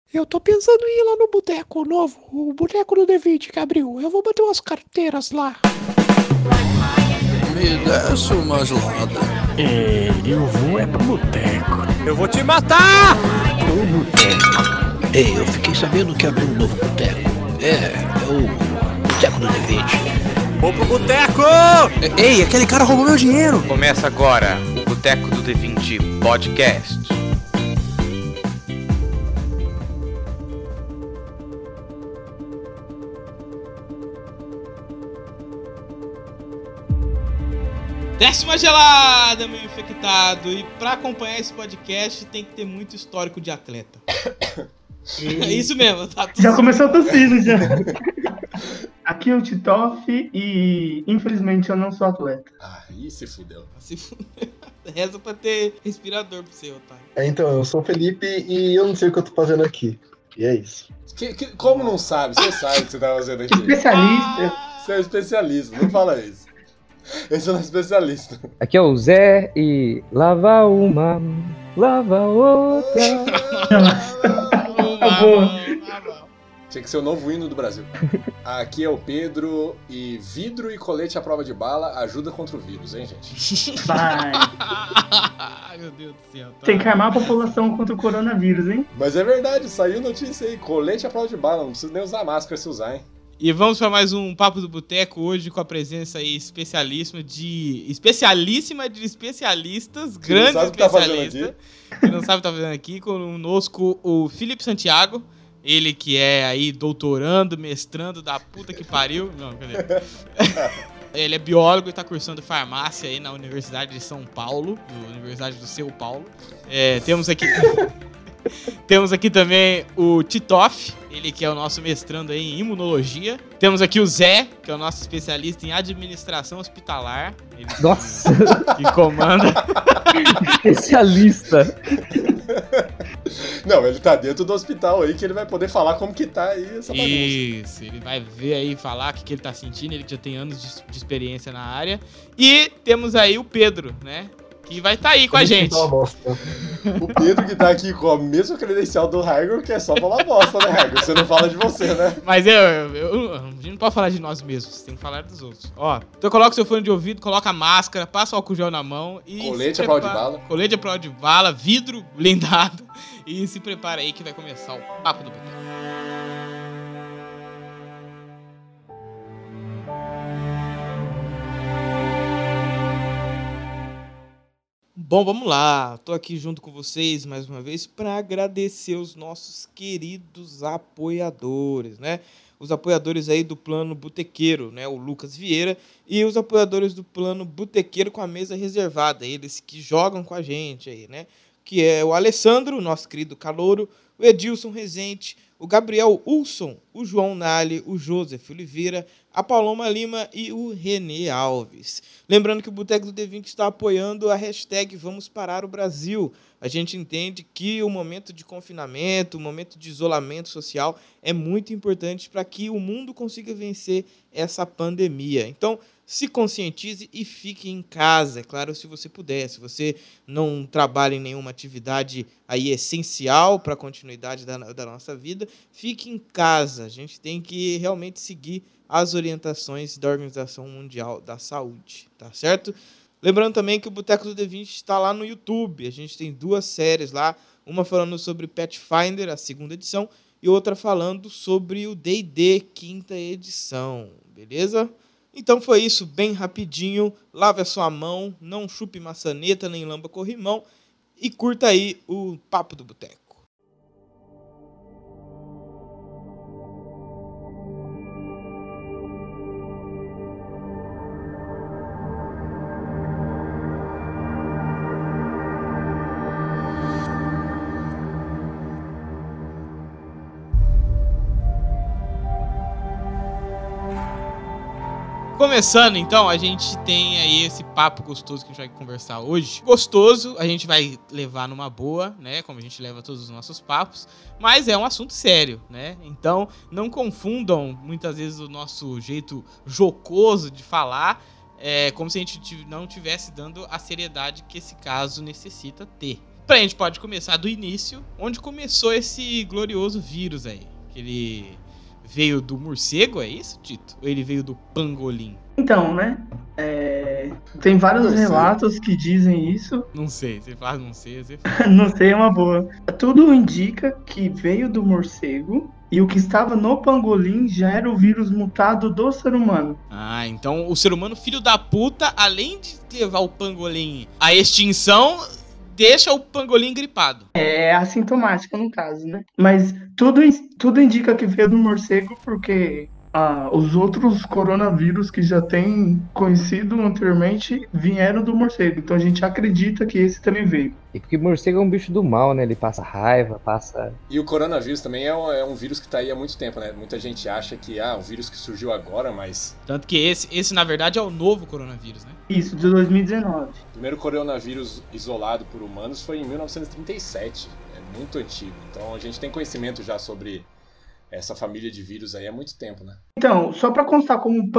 Eu tô pensando em ir lá no boteco novo, o boteco do D20 que abriu. Eu vou bater umas carteiras lá. Me desce uma gelada. Eu vou pro boteco. Eu vou te matar! O boteco. Ei, eu fiquei sabendo que abriu um novo boteco. É o Boteco do D20. Vou pro boteco! Ei, aquele cara roubou meu dinheiro. Começa agora o Boteco do D20 Podcast. Desce uma gelada, meu infectado. E pra acompanhar esse podcast tem que ter muito histórico de atleta. É isso mesmo, tá tudo Já começou tossindo já. Aqui é o Titoff e infelizmente eu não sou atleta. Aí se fudeu. se fuder. Reza pra ter respirador pro seu, otário. Então, eu sou o Felipe e eu não sei o que eu tô fazendo aqui. E é isso. Como não sabe? Você sabe o que você tá fazendo aqui. Especialista. Você é um especialista, não fala isso. Esse é um especialista. Aqui é o Zé e lava uma, lava outra. Tinha que ser o novo hino do Brasil. Aqui é o Pedro e vidro e colete à prova de bala ajuda contra o vírus, hein, gente? Vai. Ai, meu Deus do céu. Tá. Tem que armar a população contra o coronavírus, hein? Mas é verdade, saiu notícia aí. Colete à prova de bala, não precisa nem usar máscara se usar, hein? E vamos para mais um Papo do Boteco hoje com a presença aí especialíssima de especialistas, Que grandes não sabe o que tá fazendo especialistas, que não sabe o que tá fazendo aqui, conosco o Felipe Santiago, ele que é aí doutorando, mestrando da puta que pariu, não, cadê? Ele é biólogo e tá cursando farmácia aí na Universidade de São Paulo, Universidade do Seu Paulo. Temos aqui também o Titoff, ele que é o nosso mestrando aí em imunologia. Temos aqui o Zé, que é o nosso especialista em administração hospitalar. Ele Nossa, que comanda. especialista. Não, ele tá dentro do hospital aí que ele vai poder falar como que tá aí essa bagunça. Isso, ele vai ver aí, falar o que ele tá sentindo, ele que já tem anos de experiência na área. E temos aí o Pedro, né? Que vai estar aí com a gente. O Pedro que tá aqui com a mesma credencial do Hagrid, que é só falar bosta, né, Hagrid? Você não fala de você, né? Mas a gente não pode falar de nós mesmos, tem que falar dos outros. Ó, então coloca o seu fone de ouvido, coloca a máscara, passa o álcool gel na mão e... Colete à prova de bala. Colete à prova de bala, vidro blindado. E se prepara aí que vai começar o Papo do Boteco. Bom, vamos lá. Tô aqui junto com vocês mais uma vez para agradecer os nossos queridos apoiadores, né? Os apoiadores aí do Plano Botequeiro, né? O Lucas Vieira e os apoiadores do Plano Botequeiro com a mesa reservada, eles que jogam com a gente aí, né? Que é o Alessandro, nosso querido calouro, o Edilson Rezende, o Gabriel Ulson, o João Nali, o Joseph Oliveira, a Paloma Lima e o Renê Alves. Lembrando que o Boteco do D20 está apoiando a hashtag Vamos Parar o Brasil. A gente entende que o momento de confinamento, o momento de isolamento social é muito importante para que o mundo consiga vencer essa pandemia. Então, se conscientize e fique em casa, é claro, se você puder. Se você não trabalha em nenhuma atividade aí essencial para a continuidade da nossa vida, fique em casa. A gente tem que realmente seguir as orientações da Organização Mundial da Saúde, tá certo? Lembrando também que o Boteco do D20 está lá no YouTube. A gente tem 2 séries lá, uma falando sobre Pathfinder, a 2ª edição, e outra falando sobre o D&D, 5ª edição, beleza? Então foi isso, bem rapidinho. Lave a sua mão, não chupe maçaneta nem lamba corrimão e curta aí o Papo do Boteco. Começando, então, a gente tem aí esse papo gostoso que a gente vai conversar hoje. Gostoso, a gente vai levar numa boa, né? Como a gente leva todos os nossos papos. Mas é um assunto sério, né? Então, não confundam, muitas vezes, o nosso jeito jocoso de falar, como se a gente não estivesse dando a seriedade que esse caso necessita ter, A gente pode começar do início, onde começou esse glorioso vírus aí. Que ele veio do morcego, é isso, Tito? Ou ele veio do pangolim? Então, né? Tem vários relatos que dizem isso. Não sei, você fala não sei, você fala. Não sei, é uma boa. Tudo indica que veio do morcego e o que estava no pangolim já era o vírus mutado do ser humano. Ah, então o ser humano, filho da puta, além de levar o pangolim à extinção, deixa o pangolim gripado. É assintomático no caso, né? Mas tudo indica que veio do morcego porque os outros coronavírus que já tem conhecido anteriormente vieram do morcego. Então a gente acredita que esse também veio. E porque morcego é um bicho do mal, né? Ele passa raiva, passa... E o coronavírus também é um vírus que tá aí há muito tempo, né? Muita gente acha que um vírus que surgiu agora, mas... Tanto que esse na verdade, é o novo coronavírus, né? Isso, de 2019. O primeiro coronavírus isolado por humanos foi em 1937. É muito antigo. Então a gente tem conhecimento já sobre essa família de vírus aí há muito tempo, né? Então, só para constar como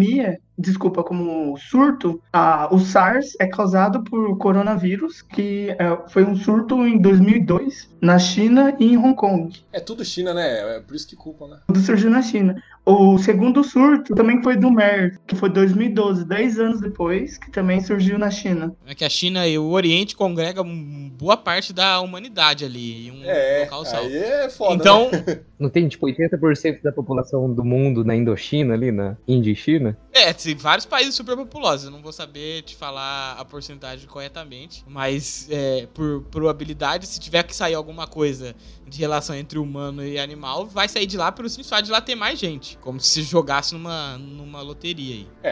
como surto, o SARS é causado por coronavírus, que foi um surto em 2002 na China e em Hong Kong. É tudo China, né? É por isso que culpam, né? Tudo surgiu na China. O segundo surto também foi do MERS, que foi 2012, 10 anos depois, que também surgiu na China. É que a China e o Oriente congregam boa parte da humanidade ali, em um local só. Aí é foda, então, né? Não tem, tipo, 80% da população do mundo na Indochina ali, na Índia e China? tem vários países superpopulosos. Eu não vou saber te falar a porcentagem corretamente, mas por probabilidade, se tiver que sair alguma coisa de relação entre humano e animal, vai sair de lá pelo simples fato de lá ter mais gente. Como se jogasse numa loteria aí.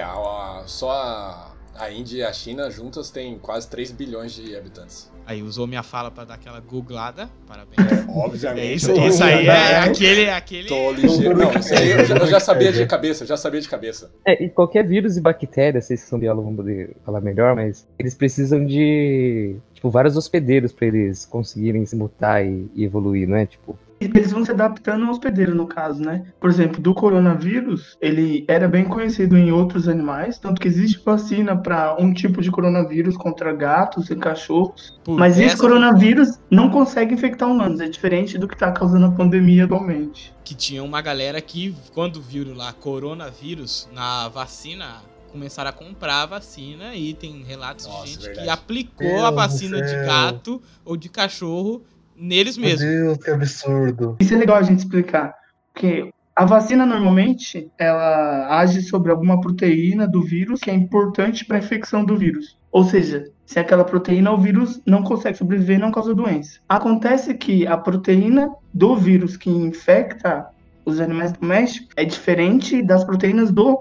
Só a Índia e a China juntas têm quase 3 bilhões de habitantes. Aí usou minha fala pra dar aquela googlada. Parabéns. Obviamente. Isso aí é aquele... Tô ligeiro. Não, isso aí eu já sabia de cabeça, E qualquer vírus e bactéria, vocês que são biólogos vão poder falar melhor, mas eles precisam de, tipo, vários hospedeiros pra eles conseguirem se mutar e evoluir, não é? Tipo... Eles vão se adaptando ao hospedeiro, no caso, né? Por exemplo, do coronavírus, ele era bem conhecido em outros animais, tanto que existe vacina para um tipo de coronavírus contra gatos e cachorros. Mas esse coronavírus não consegue infectar humanos, é diferente do que está causando a pandemia atualmente. Que tinha uma galera que, quando viram lá coronavírus na vacina, começaram a comprar a vacina e tem relatos de gente que aplicou a vacina de gato ou de cachorro neles mesmos. Meu Deus, que absurdo. Isso é legal a gente explicar, porque a vacina normalmente ela age sobre alguma proteína do vírus que é importante para a infecção do vírus. Ou seja, se aquela proteína o vírus não consegue sobreviver e não causa doença. Acontece que a proteína do vírus que infecta os animais domésticos é diferente das proteínas do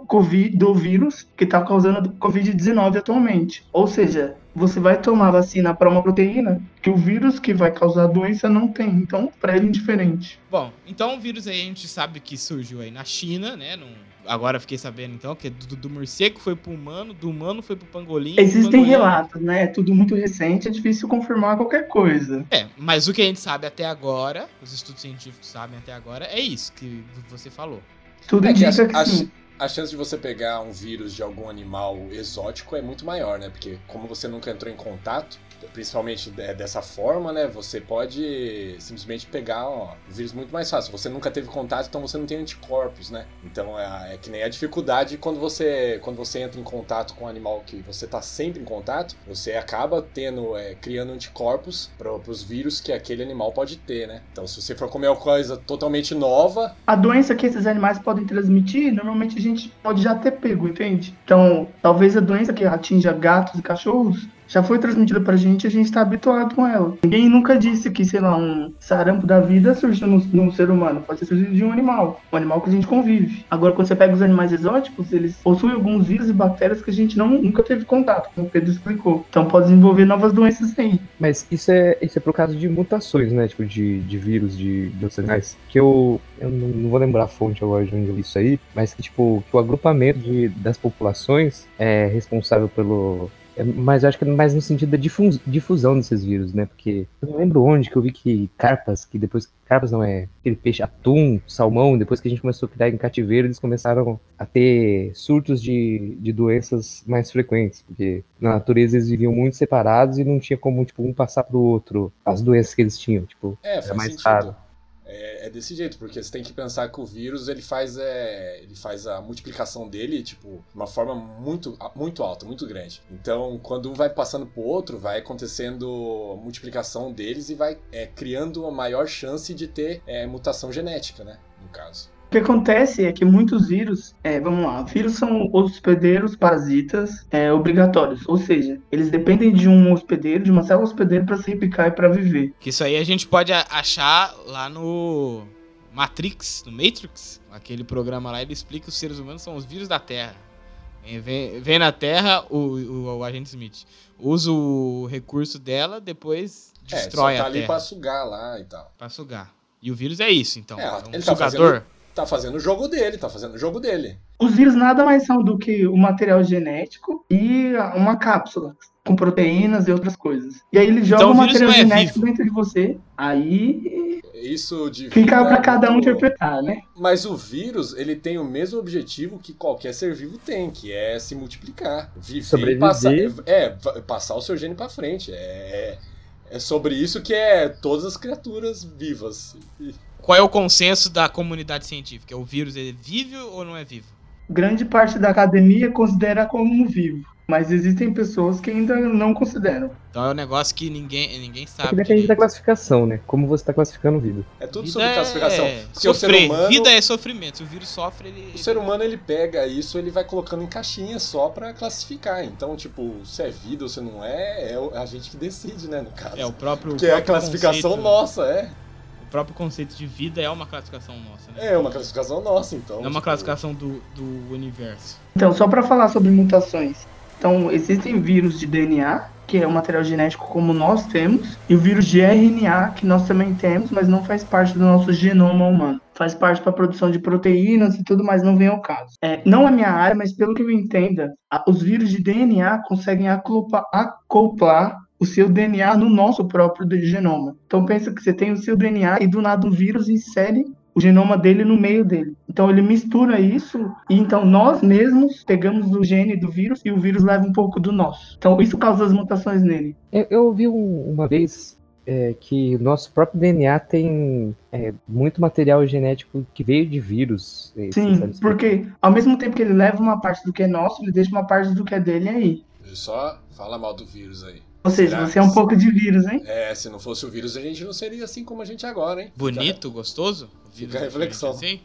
vírus que está causando Covid-19 atualmente. Ou seja, você vai tomar vacina para uma proteína que o vírus que vai causar a doença não tem. Então, para ele é indiferente. Bom, então o vírus aí a gente sabe que surgiu aí na China, né? Agora fiquei sabendo então que do morcego foi pro humano, do humano foi pro pangolim. Existem relatos, né? É tudo muito recente, é difícil confirmar qualquer coisa. Mas o que a gente sabe até agora, os estudos científicos sabem até agora, é isso que você falou. Tudo indica que sim. A chance de você pegar um vírus de algum animal exótico é muito maior, né? Porque como você nunca entrou em contato, principalmente dessa forma, né? Você pode simplesmente pegar o vírus muito mais fácil. Você nunca teve contato, então você não tem anticorpos, né? Então é que nem a dificuldade quando você entra em contato com um animal que você tá sempre em contato, você acaba criando anticorpos para os vírus que aquele animal pode ter, né? Então se você for comer uma coisa totalmente nova... A doença que esses animais podem transmitir, normalmente a gente pode já ter pego, entende? Então, talvez a doença que atinja gatos e cachorros já foi transmitida pra gente e a gente tá habituado com ela. Ninguém nunca disse que, sei lá, um sarampo da vida surgiu num ser humano. Pode ter surgido de um animal que a gente convive. Agora, quando você pega os animais exóticos, eles possuem alguns vírus e bactérias que a gente nunca teve contato, como o Pedro explicou. Então pode desenvolver novas doenças aí. Mas isso é por causa de mutações, né? Tipo, de vírus, de outros animais. Que eu não vou lembrar a fonte agora de onde eu li isso aí, mas que, tipo, que o agrupamento das populações é responsável Mas eu acho que é mais no sentido da difusão desses vírus, né? Porque eu não lembro onde que eu vi que carpas não é aquele peixe atum, salmão, depois que a gente começou a criar em cativeiro, eles começaram a ter surtos de doenças mais frequentes, porque na natureza eles viviam muito separados e não tinha como, tipo, um passar pro outro as doenças que eles tinham, tipo, faz mais sentido. raro. É desse jeito, porque você tem que pensar que o vírus ele faz a multiplicação dele tipo, de uma forma muito, muito alta, muito grande. Então, quando um vai passando pro outro, vai acontecendo a multiplicação deles e vai criando uma maior chance de ter mutação genética, né? No caso. O que acontece é que muitos vírus, vírus são hospedeiros parasitas obrigatórios, ou seja, eles dependem de um hospedeiro, de uma célula hospedeira para se replicar e para viver. Que isso aí a gente pode achar lá no Matrix, aquele programa lá, ele explica que os seres humanos são os vírus da Terra. Vem na Terra o agente Smith, usa o recurso dela, depois destrói só tá a Terra. Ali pra sugar lá e tal. Pra sugar. E o vírus é isso, então. Ele sugador. Tá fazendo o jogo dele, Os vírus nada mais são do que o material genético e uma cápsula com proteínas e outras coisas. E aí ele joga o material genético dentro de você, aí isso fica para cada um interpretar, né? Mas o vírus, ele tem o mesmo objetivo que qualquer ser vivo tem, que é se multiplicar, viver e passar o seu gene para frente. É sobre isso que todas as criaturas vivas. Qual é o consenso da comunidade científica? O vírus é vivo ou não é vivo? Grande parte da academia considera como vivo, mas existem pessoas que ainda não consideram. Então é um negócio que ninguém sabe. Depende da classificação, né? Como você está classificando vida. É tudo sobre classificação. Porque o ser humano, vida é sofrimento. Se o vírus sofre, o ser humano, ele pega isso, ele vai colocando em caixinha só pra classificar. Então, tipo, se é vida ou se não é a gente que decide, né, no caso. O próprio Porque a classificação conceito, nossa, O próprio conceito de vida é uma classificação nossa, né? É uma classificação nossa, então. É uma classificação do universo. Então, só pra falar sobre mutações. Então, existem vírus de DNA, que é um material genético como nós temos, e o vírus de RNA, que nós também temos, mas não faz parte do nosso genoma humano. Faz parte para a produção de proteínas e tudo, mas não vem ao caso. Não é minha área, mas pelo que eu entenda, os vírus de DNA conseguem acoplar o seu DNA no nosso próprio genoma. Então pensa que você tem o seu DNA e do nada um vírus insere o genoma dele no meio dele. Então ele mistura isso e então nós mesmos pegamos o gene do vírus e o vírus leva um pouco do nosso. Então isso causa as mutações nele. Eu ouvi uma vez que nosso próprio DNA tem muito material genético que veio de vírus. Sim, porque ao mesmo tempo que ele leva uma parte do que é nosso, ele deixa uma parte do que é dele aí. Ele só fala mal do vírus aí. Ou seja, você é um pouco de vírus, hein? Se não fosse o vírus, a gente não seria assim como a gente é agora, hein? Bonito, gostoso? Fica a reflexão. Assim?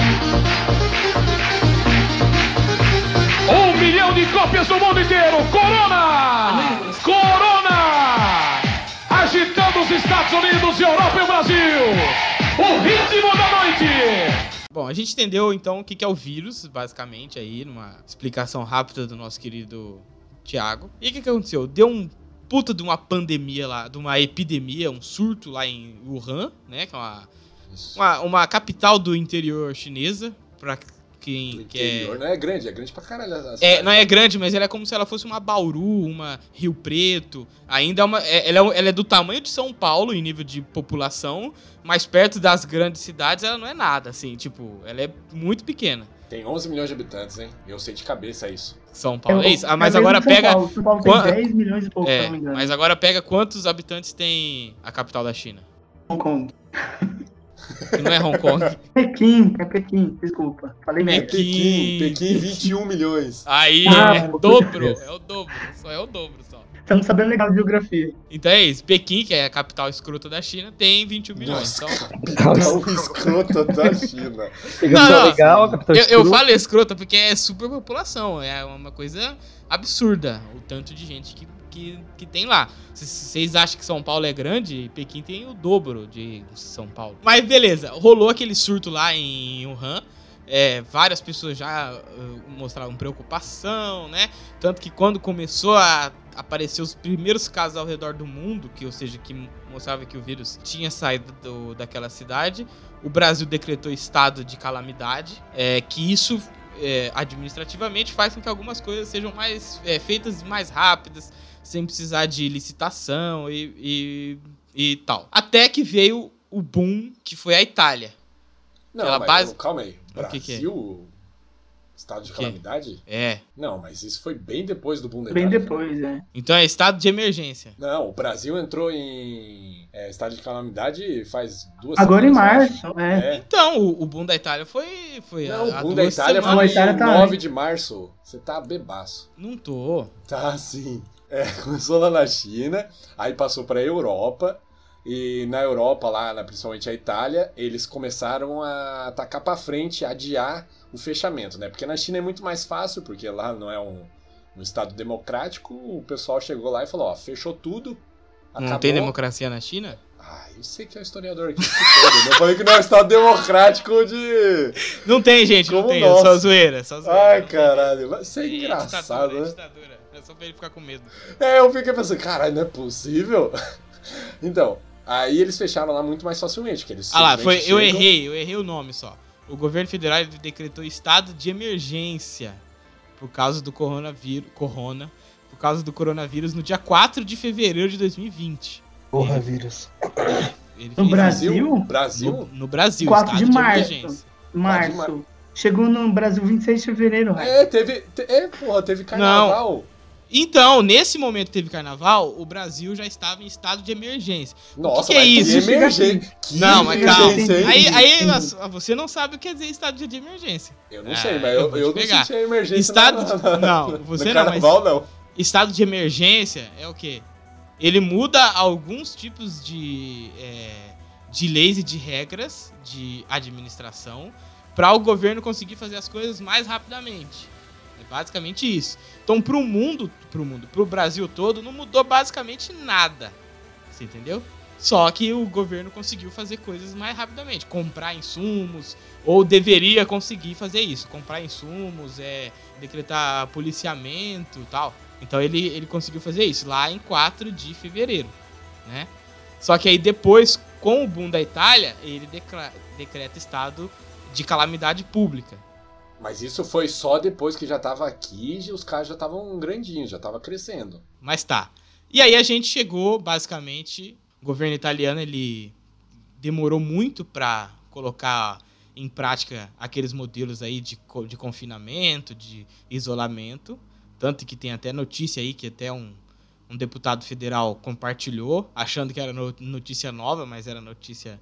1 milhão de cópias no mundo inteiro! Corona! Corona! Agitando os Estados Unidos, Europa e Brasil! O ritmo da noite! Bom, a gente entendeu então o que é o vírus, basicamente, aí, numa explicação rápida do nosso querido Thiago. E o que aconteceu? Deu um puta de uma pandemia lá, de uma epidemia, um surto lá em Wuhan, né? Que é uma capital do interior chinesa, pra quem interior, não é grande pra caralho. Não é grande, mas ela é como se ela fosse uma Bauru, uma Rio Preto. Ainda ela é do tamanho de São Paulo em nível de população, mas perto das grandes cidades ela não é nada, assim, tipo, ela é muito pequena. Tem 11 milhões de habitantes, hein? Eu sei de cabeça isso. São Paulo, é isso. Mas agora pega... São Paulo tem 10 milhões e pouco, se não me engano. Mas agora pega quantos habitantes tem a capital da China? Hong Kong. Que não é Hong Kong. Pequim, desculpa. Falei merda. Pequim, 21 milhões. Aí, é o dobro, só é o dobro, só. Estamos sabendo legal de geografia. Então é isso, Pequim, que é a capital escrota da China, tem 21 milhões. Nossa, então... Capital escrota da China. Eu falo escrota porque é superpopulação, é uma coisa absurda, o tanto de gente que tem lá. Se vocês acham que São Paulo é grande, Pequim tem o dobro de São Paulo. Mas beleza, rolou aquele surto lá em Wuhan. Várias pessoas já mostravam preocupação, né? Tanto que quando começou a aparecer os primeiros casos ao redor do mundo, que mostrava que o vírus tinha saído daquela cidade, o Brasil decretou estado de calamidade, que isso administrativamente faz com que algumas coisas sejam feitas mais rápidas, sem precisar de licitação e tal. Até que veio o boom, que foi a Itália. Não, calma aí. Brasil... que é? Estado de calamidade? É. Não, mas isso foi bem depois do boom da Bem Itália. depois, Então é estado de emergência. Não, o Brasil entrou em estado de calamidade faz 2 Agora semanas. em março, Então, o boom da Itália foi Não, há o boom da 2 Itália semanas. foi A Itália em tá 9 de março. Você tá bebaço. Não tô. Tá, sim. Começou lá na China, aí passou pra Europa. E na Europa, lá, principalmente a Itália, eles começaram a atacar pra frente, adiar o fechamento, né? Porque na China é muito mais fácil, porque lá não é um estado democrático. O pessoal chegou lá e falou, ó, fechou tudo, acabou. Não tem democracia na China? Ah, eu sei que é o historiador aqui. Eu falei que não é um estado democrático de... Não tem, gente, não Como tem. nós. Só zoeira. Ai, caralho. Vai ser engraçado, né? Ditadura. É só pra ele ficar com medo. Eu fiquei pensando, caralho, não é possível? Então... Aí eles fecharam lá muito mais facilmente. Que eles eu errei o nome só. O governo federal decretou estado de emergência por causa do coronavírus no dia 4 de fevereiro de 2020. Porra, vírus. No Brasil? No Brasil, 4 estado de março. emergência. Março. Chegou no Brasil 26 de fevereiro. Teve carnaval. Não. Então, nesse momento que teve carnaval, o Brasil já estava em estado de emergência. Nossa, que é isso? Que emergência. Não, mas calma. Aí Entendi. você não sabe o que quer dizer estado de emergência. Eu não sei, mas eu não senti a emergência. Não, você no não, carnaval, mas não. Estado de emergência é o quê? Ele muda alguns tipos de leis e de regras de administração para o governo conseguir fazer as coisas mais rapidamente. É basicamente isso. Então, pro Brasil todo, não mudou basicamente nada. Você entendeu? Só que o governo conseguiu fazer coisas mais rapidamente. Comprar insumos, ou deveria conseguir fazer isso. Comprar insumos, decretar policiamento e tal. Então, ele conseguiu fazer isso lá em 4 de fevereiro, né? Só que aí depois, com o boom da Itália, ele decreta estado de calamidade pública. Mas isso foi só depois que já tava aqui e os caras já estavam grandinhos, já tava crescendo. Mas tá. E aí a gente chegou, basicamente, o governo italiano, ele demorou muito para colocar em prática aqueles modelos aí de confinamento, de isolamento. Tanto que tem até notícia aí que até um deputado federal compartilhou, achando que era notícia nova, mas era notícia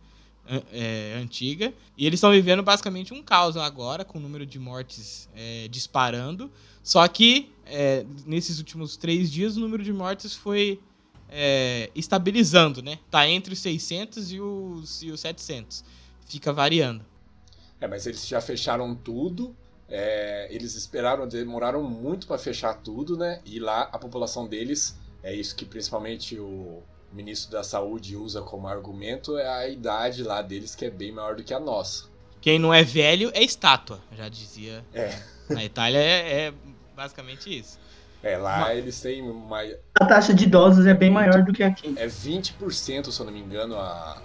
antiga. E eles estão vivendo basicamente um caos agora, com o número de mortes disparando. Só que nesses últimos 3 dias o número de mortes foi estabilizando, né? Tá entre os 600 e os 700. Fica variando. Mas eles já fecharam tudo. Eles demoraram muito para fechar tudo, né? E lá a população deles, é isso que principalmente o ministro da Saúde usa como argumento, é a idade lá deles, que é bem maior do que a nossa. Quem não é velho é estátua, já dizia. Na Itália é basicamente isso. Lá eles têm mais... A taxa de idosos é bem maior do que aqui. É 20%, se eu não me engano, a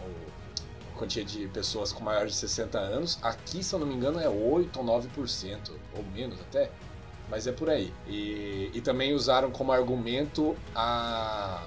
quantia de pessoas com maior de 60 anos. Aqui, se eu não me engano, é 8 ou 9%, ou menos até. Mas é por aí. E também usaram como argumento a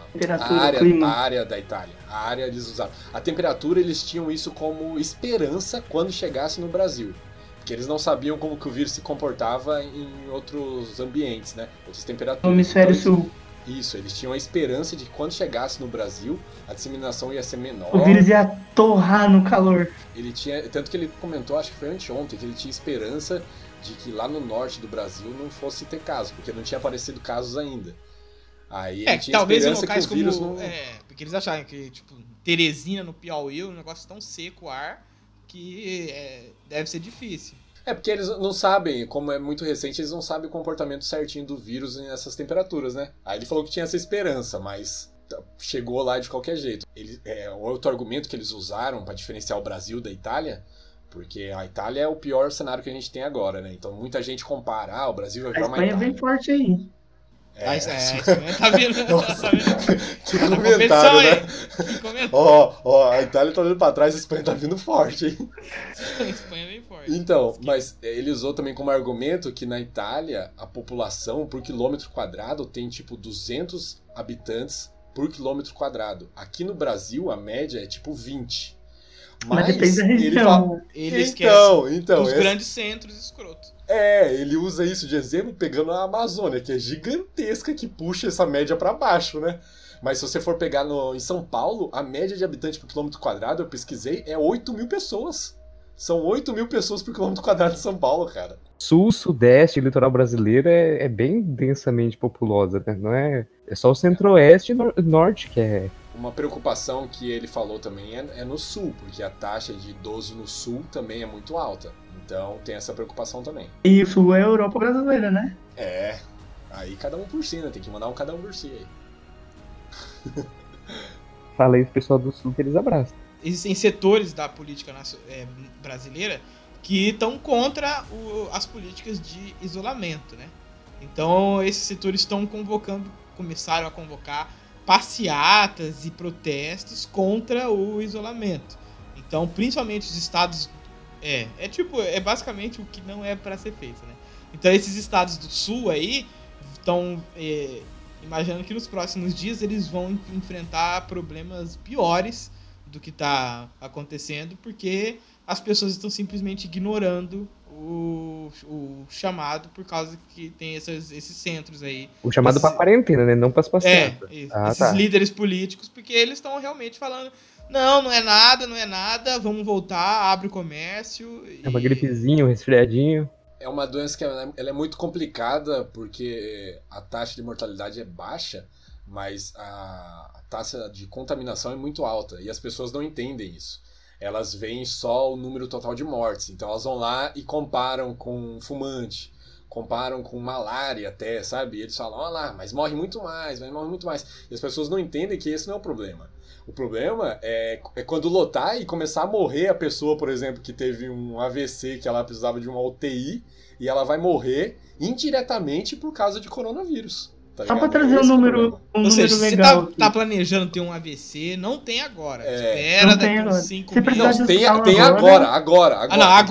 área da Itália. A área eles usaram. A temperatura, eles tinham isso como esperança quando chegasse no Brasil. Porque eles não sabiam como que o vírus se comportava em outros ambientes, né? Outras temperaturas. No hemisfério sul. Isso, eles tinham a esperança de que quando chegasse no Brasil, a disseminação ia ser menor. O vírus ia torrar no calor. Tanto que ele comentou, acho que foi anteontem, que ele tinha esperança de que lá no norte do Brasil não fosse ter casos, porque não tinha aparecido casos ainda. Aí ele tinha talvez em esperança locais que o vírus como, porque eles acharam que, tipo, Teresina, no Piauí, um negócio tão seco o ar que deve ser difícil. Porque eles não sabem, como é muito recente, eles não sabem o comportamento certinho do vírus nessas temperaturas, né? Aí ele falou que tinha essa esperança, mas chegou lá de qualquer jeito. Outro argumento que eles usaram para diferenciar o Brasil da Itália, porque a Itália é o pior cenário que a gente tem agora, né? Então muita gente compara, o Brasil vai virar uma Itália. A Espanha é bem forte aí. Espanha tá vindo. Nossa, Tá vendo? que Tá na comentário, competição, né? hein? Que comentário. Ó, a Itália tá olhando pra trás, a Espanha tá vindo forte, hein? A Espanha vem forte. Então, mas ele usou também como argumento que na Itália a população por quilômetro quadrado tem tipo 200 habitantes por quilômetro quadrado. Aqui no Brasil a média é tipo 20. Mas depende da ele região. fala... Ele esquece Então, os esse- grandes centros escrotos. ele usa isso de exemplo pegando a Amazônia, que é gigantesca, que puxa essa média pra baixo, né? Mas se você for pegar em São Paulo, a média de habitante por quilômetro quadrado, eu pesquisei, é 8.000 pessoas. São 8.000 pessoas por quilômetro quadrado de São Paulo, cara. Sul, sudeste, litoral brasileiro é bem densamente populosa, né? Não é só o centro-oeste e norte que é. Uma preocupação que ele falou também é no sul, porque a taxa de idoso no sul também é muito alta. Então tem essa preocupação também. E o Sul é a Europa brasileira, né? Aí cada um por si, né? Tem que mandar um cada um por si aí. Fala aí pro pessoal do sul que eles abraçam. Existem setores da política brasileira que estão contra as políticas de isolamento, né? Então esses setores começaram a convocar passeatas e protestos contra o isolamento. Então, principalmente os estados... É basicamente o que não é para ser feito, né? Então esses estados do sul aí estão imaginando que nos próximos dias eles vão enfrentar problemas piores do que está acontecendo, porque as pessoas estão simplesmente ignorando o chamado por causa que tem esses centros aí. O chamado pra quarentena, né? Não pras passeatas. Esses líderes políticos, porque eles estão realmente falando não é nada, vamos voltar, abre o comércio. É uma gripezinha, um resfriadinho. É uma doença que ela é muito complicada, porque a taxa de mortalidade é baixa, mas a taxa de contaminação é muito alta, e as pessoas não entendem isso. Elas veem só o número total de mortes, então elas vão lá e comparam com fumante, comparam com malária até, sabe? E eles falam, olha lá, mas morre muito mais. E as pessoas não entendem que esse não é o problema. O problema é quando lotar e começar a morrer a pessoa, por exemplo, que teve um AVC, que ela precisava de uma UTI, e ela vai morrer indiretamente por causa de coronavírus. Tá Só ligado? pra trazer um número Ou seja, legal. Se tá planejando ter um AVC, não tem agora. Não Espera tem daqui agora. uns 5 Se meses. precisar de Tem agora. Agora.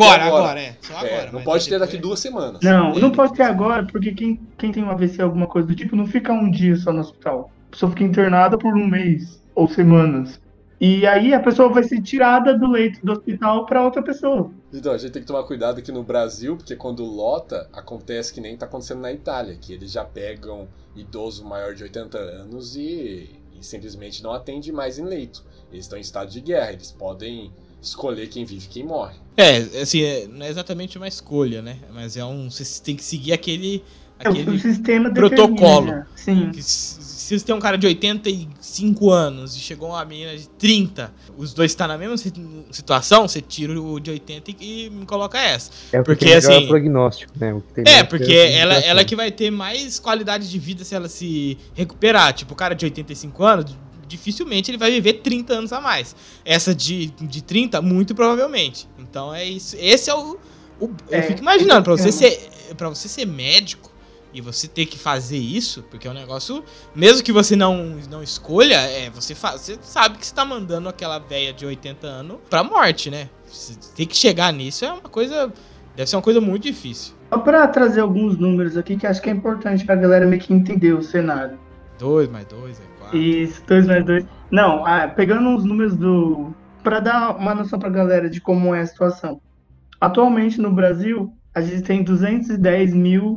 Só agora. Não mas pode ter depois- daqui 2 semanas. Não pode ter agora, porque quem tem um AVC, alguma coisa do tipo, não fica um dia só no hospital. A pessoa fica internada por um mês ou semanas. E aí a pessoa vai ser tirada do leito do hospital pra outra pessoa. Então, a gente tem que tomar cuidado aqui no Brasil, porque quando lota, acontece que nem tá acontecendo na Itália, que eles já pegam idoso maior de 80 anos e simplesmente não atende mais em leito. Eles estão em estado de guerra, eles podem escolher quem vive e quem morre. Assim, não é exatamente uma escolha, né? Mas você tem que seguir aquele O sistema protocolo. determina. Sim. Que se você tem um cara de 85 anos e chegou uma menina de 30, os dois estão na mesma situação, você tira o de 80 e coloca essa. É porque tem assim, prognóstico, né? O que tem porque ela que vai ter mais qualidade de vida se ela se recuperar. Tipo, o cara de 85 anos, dificilmente ele vai viver 30 anos a mais. Essa de 30, muito provavelmente. Então é isso. Esse é eu fico imaginando, pra você ser médico e você ter que fazer isso, porque é um negócio, mesmo que você não escolha, você sabe que você tá mandando aquela velha de 80 anos pra morte, né? Você ter que chegar nisso deve ser uma coisa muito difícil. Só pra trazer alguns números aqui que acho que é importante pra galera meio que entender o cenário. 2 mais 2 é 4. Isso, 2 mais 2. Não, pegando os números pra dar uma noção pra galera de como é a situação. Atualmente no Brasil, a gente tem 210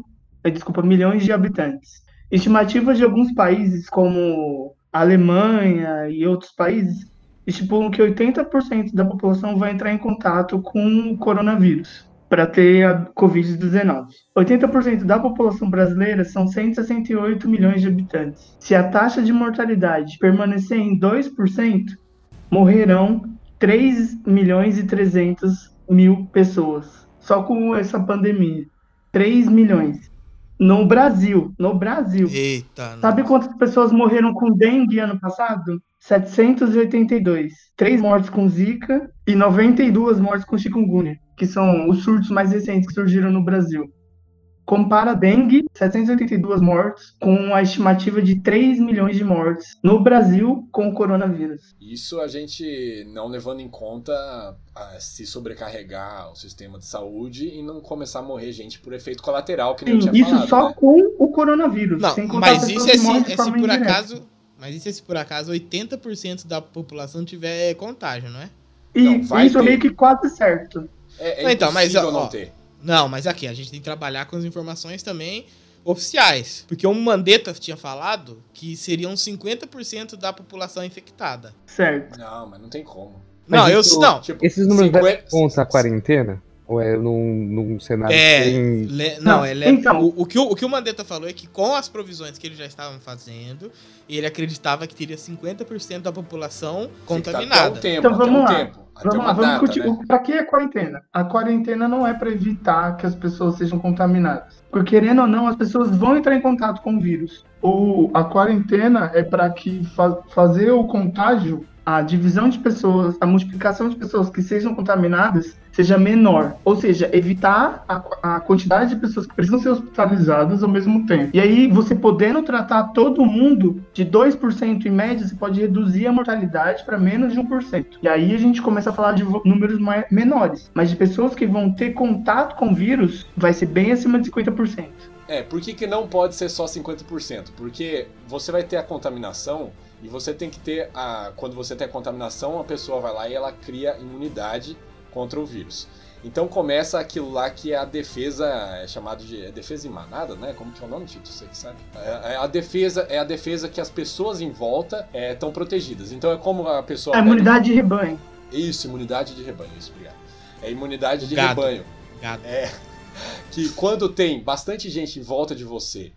milhões de habitantes. Estimativas de alguns países, como a Alemanha e outros países, estipulam que 80% da população vai entrar em contato com o coronavírus para ter a Covid-19. 80% da população brasileira são 168 milhões de habitantes. Se a taxa de mortalidade permanecer em 2%, morrerão 3.300.000 pessoas. Só com essa pandemia. 3 milhões. No Brasil. Eita. Sabe quantas pessoas morreram com dengue ano passado? 782. 3 mortes com Zika e 92 mortes com chikungunya, que são os surtos mais recentes que surgiram no Brasil. compara a dengue, 782 mortes, com a estimativa de 3 milhões de mortes no Brasil com o coronavírus. Isso a gente não levando em conta se sobrecarregar o sistema de saúde e não começar a morrer gente por efeito colateral, que nem eu tinha Isso falado, só né? com o coronavírus. Não, sem contar mas pessoas isso é que morrem de se forma por indireta. acaso. Mas isso é se por acaso 80% da população tiver contágio, não é? E Não, vai isso é ter. meio que quase certo. É Então, mas, impossível ó, não ter. Não, mas aqui, a gente tem que trabalhar com as informações também oficiais. Porque o Mandetta tinha falado que seriam 50% da população infectada. Certo. Não, mas não tem como. Não, Mas não. Tipo, Esses números levam 50 em conta a quarentena? Ou é num cenário sem... Não, então. o que o Mandetta falou é que com as provisões que eles já estavam fazendo, ele acreditava que teria 50% da população contaminada. Até um tempo, Então até vamos um lá. tempo. Até Vamos uma lá, vamos data, discutir. né? Pra que é quarentena? A quarentena não é para evitar que as pessoas sejam contaminadas. Porque, querendo ou não, as pessoas vão entrar em contato com o vírus. A quarentena é para que fazer o contágio, a divisão de pessoas, a multiplicação de pessoas que sejam contaminadas seja menor. Ou seja, evitar a quantidade de pessoas que precisam ser hospitalizadas ao mesmo tempo. E aí, você podendo tratar todo mundo de 2% em média, você pode reduzir a mortalidade para menos de 1%. E aí a gente começa a falar de números menores. Mas de pessoas que vão ter contato com o vírus, vai ser bem acima de 50%. Por que não pode ser só 50%? Porque você vai ter a contaminação e você tem que ter quando você tem a contaminação, a pessoa vai lá e ela cria imunidade contra o vírus. Então começa aquilo lá que é a defesa, é chamado de defesa em manada, né? Como que é o nome, Tito? Você que sabe. É a defesa que as pessoas em volta estão protegidas. Então é como a pessoa... A imunidade de rebanho. Isso, imunidade de rebanho, isso, obrigado. É imunidade de Gado. rebanho. Gado. Que quando tem bastante gente em volta de você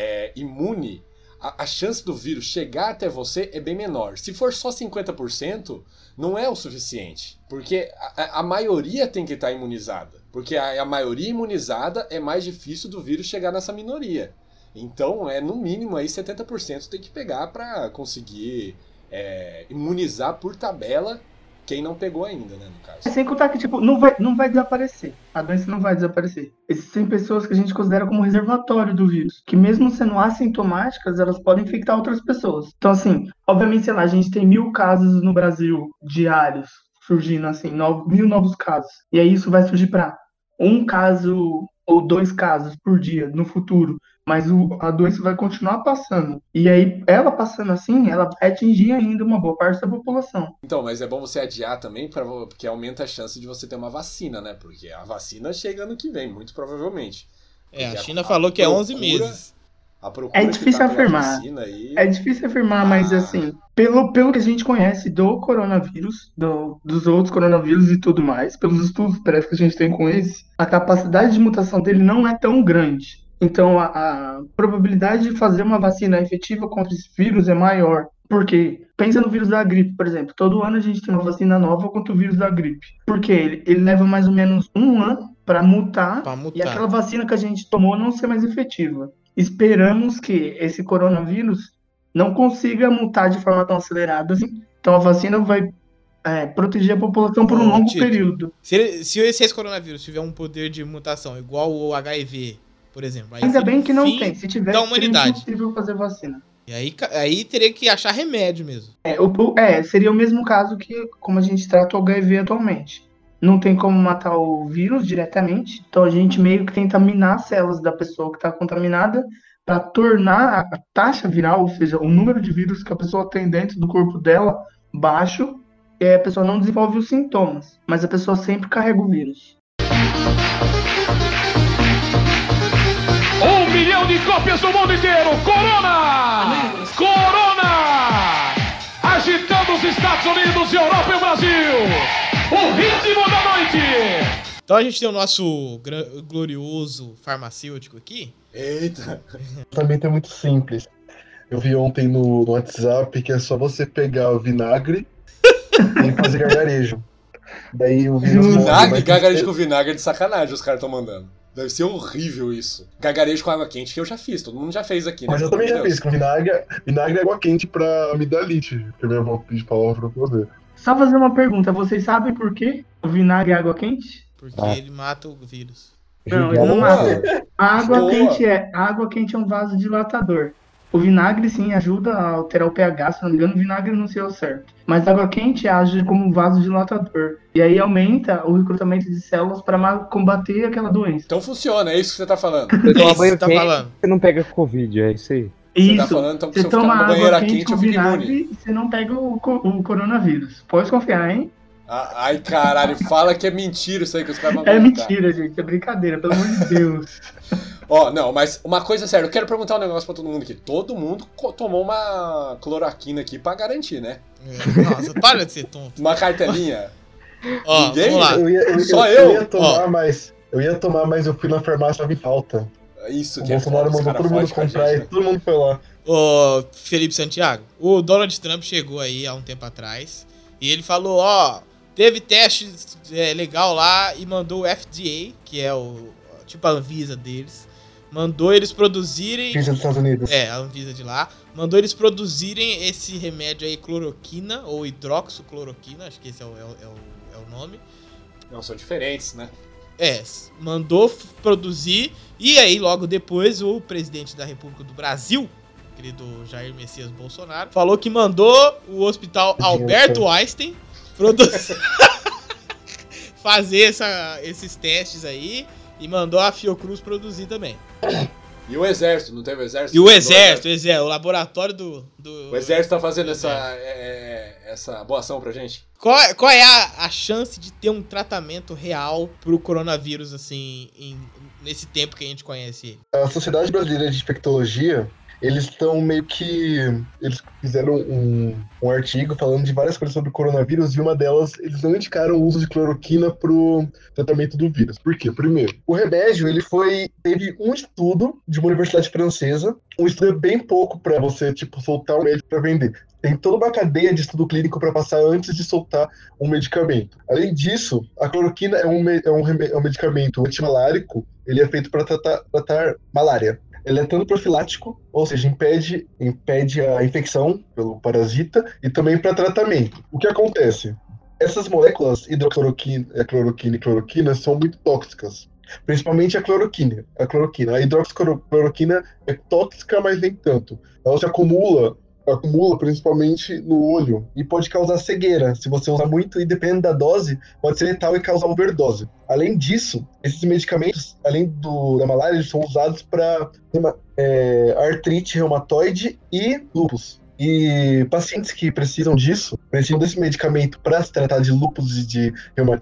imune, a chance do vírus chegar até você é bem menor. Se for só 50%, não é o suficiente. Porque a maioria tem que estar imunizada. Porque a maioria imunizada é mais difícil do vírus chegar nessa minoria. Então, no mínimo, aí 70% tem que pegar para conseguir imunizar por tabela quem não pegou ainda, né, no caso. Sem contar que, tipo, não vai desaparecer. A doença não vai desaparecer. Existem pessoas que a gente considera como reservatório do vírus, que mesmo sendo assintomáticas, elas podem infectar outras pessoas. Então, assim, obviamente, sei lá, a gente tem 1.000 casos no Brasil diários, surgindo, assim, 1.000 novos casos. E aí isso vai surgir para 1 caso ou 2 casos por dia no futuro. Mas a doença vai continuar passando. E aí, ela passando assim, ela vai atingir ainda uma boa parte da população. Então, mas é bom você adiar também, porque aumenta a chance de você ter uma vacina, né? Porque a vacina chega ano que vem, muito provavelmente. A China falou que é 11 meses. É difícil afirmar. Aí... É difícil afirmar, mas assim, pelo que a gente conhece do coronavírus, dos outros coronavírus e tudo mais, pelos estudos prévios que a gente tem com esse, a capacidade de mutação dele não é tão grande. Então, a probabilidade de fazer uma vacina efetiva contra esse vírus é maior. Porque, pensa no vírus da gripe, por exemplo. Todo ano a gente tem uma vacina nova contra o vírus da gripe. Porque ele leva mais ou menos 1 ano para mutar. E aquela vacina que a gente tomou não ser mais efetiva. Esperamos que esse coronavírus não consiga mutar de forma tão acelerada assim. Então, a vacina vai proteger a população por um longo período. Se esse coronavírus tiver um poder de mutação igual o HIV... por exemplo. Ainda bem que não tem. Se tiver, da humanidade. Seria impossível fazer vacina. E aí teria que achar remédio mesmo. Seria o mesmo caso que como a gente trata o HIV atualmente. Não tem como matar o vírus diretamente, então a gente meio que tenta minar as células da pessoa que está contaminada para tornar a taxa viral, ou seja, o número de vírus que a pessoa tem dentro do corpo dela, baixo, e aí a pessoa não desenvolve os sintomas, mas a pessoa sempre carrega o vírus. 1 milhão de cópias no mundo inteiro. Corona! Corona! Agitando os Estados Unidos, Europa e o Brasil. O ritmo da noite. Então a gente tem o nosso glorioso farmacêutico aqui. Eita! O tratamento é muito simples. Eu vi ontem no WhatsApp que é só você pegar o vinagre e fazer gargarejo. Daí o vírus vinagre? Gargarejo com vinagre é de sacanagem, os caras estão mandando. Deve ser horrível isso. Gargarejo com água quente, que eu já fiz, todo mundo já fez aqui, né? Mas eu também já fiz, com vinagre é água quente pra amidalite, que minha avó pediu palavra pra poder. Só fazer uma pergunta, vocês sabem por que o vinagre é água quente? Porque ele mata o vírus. Não, Judiar ele não não mata. A Boa. a água quente é um vasodilatador. O vinagre, sim, ajuda a alterar o pH. Se não me engano, o vinagre não sei ao certo. Mas a água quente age como um vasodilatador. E aí aumenta o recrutamento de células para combater aquela doença. Então funciona, é isso que você tá falando. Você É toma isso que banho você tá quente, falando. você não pega Covid, é isso aí. Você tá Isso. falando, então, que se Você eu ficar toma numa água banheira quente quente, com eu fico vinagre imune. e você não pega o coronavírus. Pode confiar, hein? Ai, caralho, fala que é mentira isso aí que os caras vão É inventar. mentira, gente. É brincadeira, pelo amor de Deus. Ó, não, mas uma coisa séria, eu quero perguntar um negócio pra todo mundo aqui. Todo mundo tomou uma cloroquina aqui pra garantir, né? Nossa, para de ser tonto. Uma cartelinha. Ó, Ninguém? vamos lá. Só eu eu? ia tomar, mas eu fui na farmácia, tava em falta. Isso O que é Bolsonaro foda, os mandou caras todo mundo fogem com a comprar gente, e né? todo mundo foi lá. Ô, Felipe Santiago, o Donald Trump chegou aí há um tempo atrás e ele falou, ó, teve teste legal lá e mandou o FDA, que é o tipo a Anvisa deles, mandou eles produzirem... Visa dos Estados Unidos. A Anvisa de lá, mandou eles produzirem esse remédio aí, cloroquina, ou hidroxicloroquina, acho que esse é o nome. Não, são diferentes, né? Mandou produzir, e aí logo depois o presidente da República do Brasil, querido Jair Messias Bolsonaro, falou que mandou o hospital Alberto Einstein fazer esses testes aí, e mandou a Fiocruz produzir também. E o exército, não teve o exército? E o exército, o laboratório do... O exército tá fazendo essa boa ação pra gente? Qual é a chance de ter um tratamento real pro coronavírus, assim, nesse tempo que a gente conhece ele? A Sociedade Brasileira de Infectologia, eles estão meio que... Eles fizeram um artigo falando de várias coisas sobre o coronavírus, e uma delas, eles não indicaram o uso de cloroquina pro tratamento do vírus. Por quê? Primeiro, o remédio, teve um estudo de uma universidade francesa, um estudo é bem pouco pra você, soltar um médico pra vender. Tem toda uma cadeia de estudo clínico para passar antes de soltar um medicamento. Além disso, a cloroquina é um medicamento antimalárico, ele é feito para tratar malária. Ele é tanto profilático, ou seja, impede a infecção pelo parasita, e também para tratamento. O que acontece? Essas moléculas, cloroquina e cloroquina, são muito tóxicas. Principalmente a cloroquina. A hidroxicloroquina é tóxica, mas nem tanto. Ela se acumula principalmente no olho e pode causar cegueira se você usar muito, e dependendo da dose, pode ser letal e causar overdose. Além disso, esses medicamentos, além da malária, eles são usados para artrite reumatoide e lúpus. E pacientes que precisam desse medicamento para se tratar de lúpus e de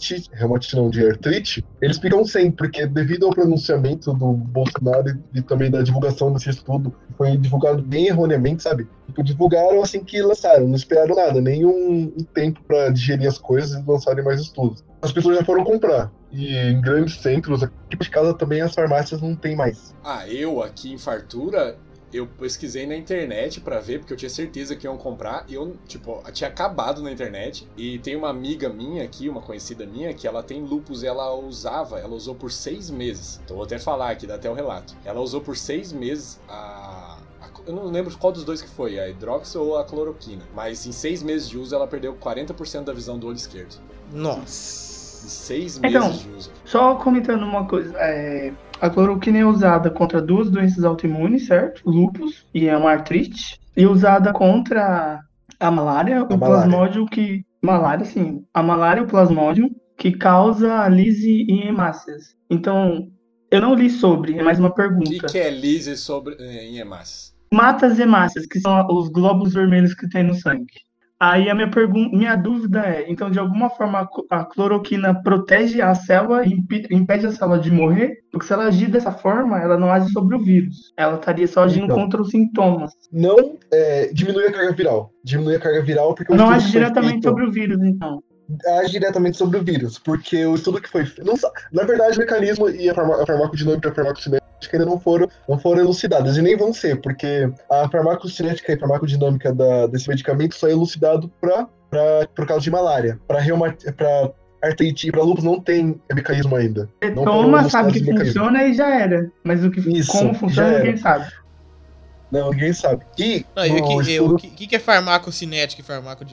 de artrite, eles ficam sem, porque devido ao pronunciamento do Bolsonaro e também da divulgação desse estudo, foi divulgado bem erroneamente, sabe? Divulgaram assim que lançaram, não esperaram nada, nem um tempo para digerir as coisas e lançarem mais estudos. As pessoas já foram comprar. E em grandes centros, aqui de casa também as farmácias não tem mais. Eu aqui em Fartura, eu pesquisei na internet pra ver, porque eu tinha certeza que iam comprar, e eu tinha acabado na internet. E tem uma amiga minha aqui, uma conhecida minha, que ela tem lúpus e ela usou por 6 meses. Então vou até falar aqui, dá até o relato. Ela usou por 6 meses eu não lembro qual dos dois que foi, a hidroxi ou a cloroquina. Mas em 6 meses de uso ela perdeu 40% da visão do olho esquerdo. Nossa. Em 6 meses de uso. Só comentando uma coisa, a cloroquina é usada contra 2 doenças autoimunes, certo? Lúpus e a artrite. E usada contra a malária, plasmódio que... Malária, sim. A malária e o plasmódio que causa lise em hemácias. Então, eu não li sobre, é mais uma pergunta. O que é lise em hemácias? Mata as hemácias, que são os glóbulos vermelhos que tem no sangue. Aí a minha dúvida é, então de alguma forma a cloroquina protege a célula e impede a célula de morrer? Porque se ela agir dessa forma, ela não age sobre o vírus. Ela estaria só agindo contra os sintomas. Não diminui a carga viral. Porque não age diretamente sobre o vírus, então. Age diretamente sobre o vírus, porque o estudo que foi feito... Na verdade, o mecanismo e a farmacodinâmica e a farmacocinética ainda não foram elucidadas, e nem vão ser, porque a farmacocinética e a farmacodinâmica desse medicamento só é elucidado por causa de malária. Para artrite e para lúpus não tem mecanismo ainda. Você toma, sabe que funciona e já era. Mas como funciona, ninguém sabe. Não, ninguém sabe. O que é farmacocinética e farmacodinâmica?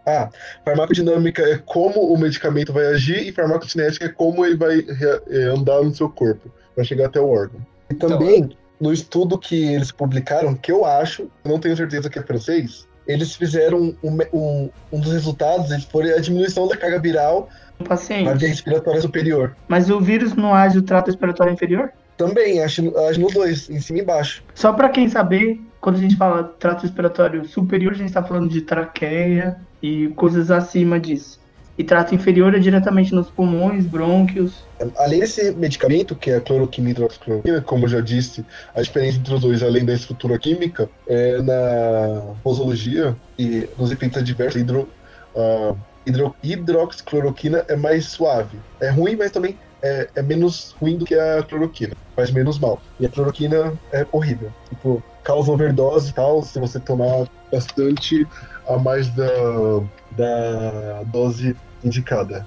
Farmacodinâmica é como o medicamento vai agir e farmacocinética é como ele vai andar no seu corpo, para chegar até o órgão. E também, no estudo que eles publicaram, que eu acho, não tenho certeza que é francês, eles fizeram um dos resultados, foi a diminuição da carga viral paciente. Na via respiratória superior. Mas o vírus não age no trato respiratório inferior? Também, age nos dois, em cima e embaixo. Só pra quem saber, quando a gente fala trato respiratório superior, a gente tá falando de traqueia e coisas acima disso. E trato inferior é diretamente nos pulmões, brônquios. Além desse medicamento, que é a cloroquina e hidroxicloroquina, como eu já disse, a diferença entre os dois, além da estrutura química, é na posologia e nos efeitos adversos. Hidroxicloroquina é mais suave. É ruim, mas também é menos ruim do que a cloroquina. Faz menos mal. E a cloroquina é horrível. Tipo, causa overdose e tal, se você tomar bastante a mais da dose indicada.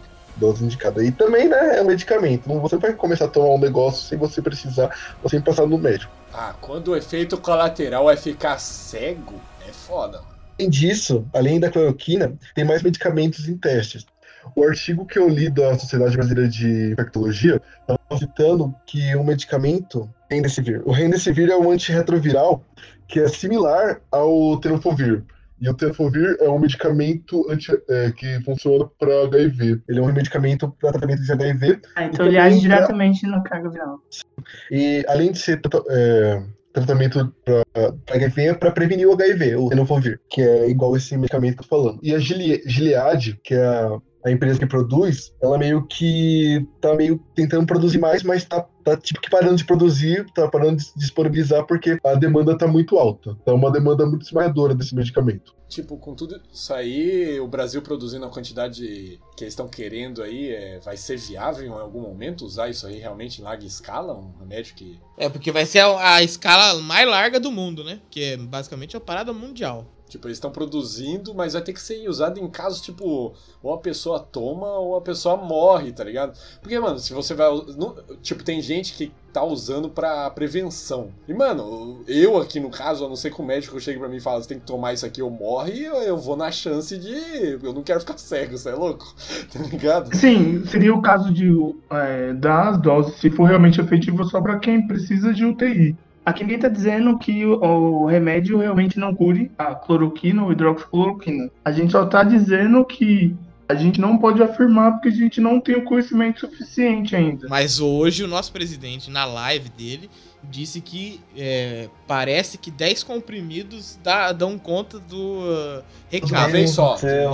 E também, né, é um medicamento. Você não vai começar a tomar um negócio sem você precisar, ou sem passar no médico. Quando o efeito colateral é ficar cego, é foda. Além disso, além da cloroquina, tem mais medicamentos em testes. O artigo que eu li da Sociedade Brasileira de Infectologia estava citando que um medicamento, o Remdesivir, é um antirretroviral que é similar ao tenofovir. E o tenofovir é um medicamento que funciona para HIV. Ele é um medicamento para tratamento de HIV. Então ele age diretamente na carga viral. E além de ser tratamento para HIV, é para prevenir o HIV, o tenofovir, que é igual esse medicamento que eu tô falando. E a Gilead, que é a empresa que produz, ela meio que tá tentando produzir mais, mas tá tipo que parando de produzir, tá parando de disponibilizar porque a demanda tá muito alta. Tá uma demanda muito esmagadora desse medicamento. Tipo, com tudo isso aí, o Brasil produzindo a quantidade que eles estão querendo aí, vai ser viável em algum momento usar isso aí realmente em larga escala? Um remédio que... porque vai ser a escala mais larga do mundo, né? Que é basicamente a parada mundial. Tipo, eles estão produzindo, mas vai ter que ser usado em casos, tipo, ou a pessoa toma ou a pessoa morre, tá ligado? Porque, mano, se você vai... Tipo, tem gente que tá usando pra prevenção. E, mano, eu aqui no caso, a não ser que o médico chegue pra mim e fala, você tem que tomar isso aqui ou morre, eu vou na chance de... Eu não quero ficar cego, você é louco? Tá ligado? Sim, seria o caso de dar as doses, se for realmente efetivo, só pra quem precisa de UTI. Aqui ninguém tá dizendo que o remédio realmente não cure a cloroquina ou hidroxicloroquina. A gente só tá dizendo que a gente não pode afirmar porque a gente não tem o conhecimento suficiente ainda. Mas hoje o nosso presidente, na live dele, disse que parece que 10 comprimidos dão conta do recado. Uma vez só.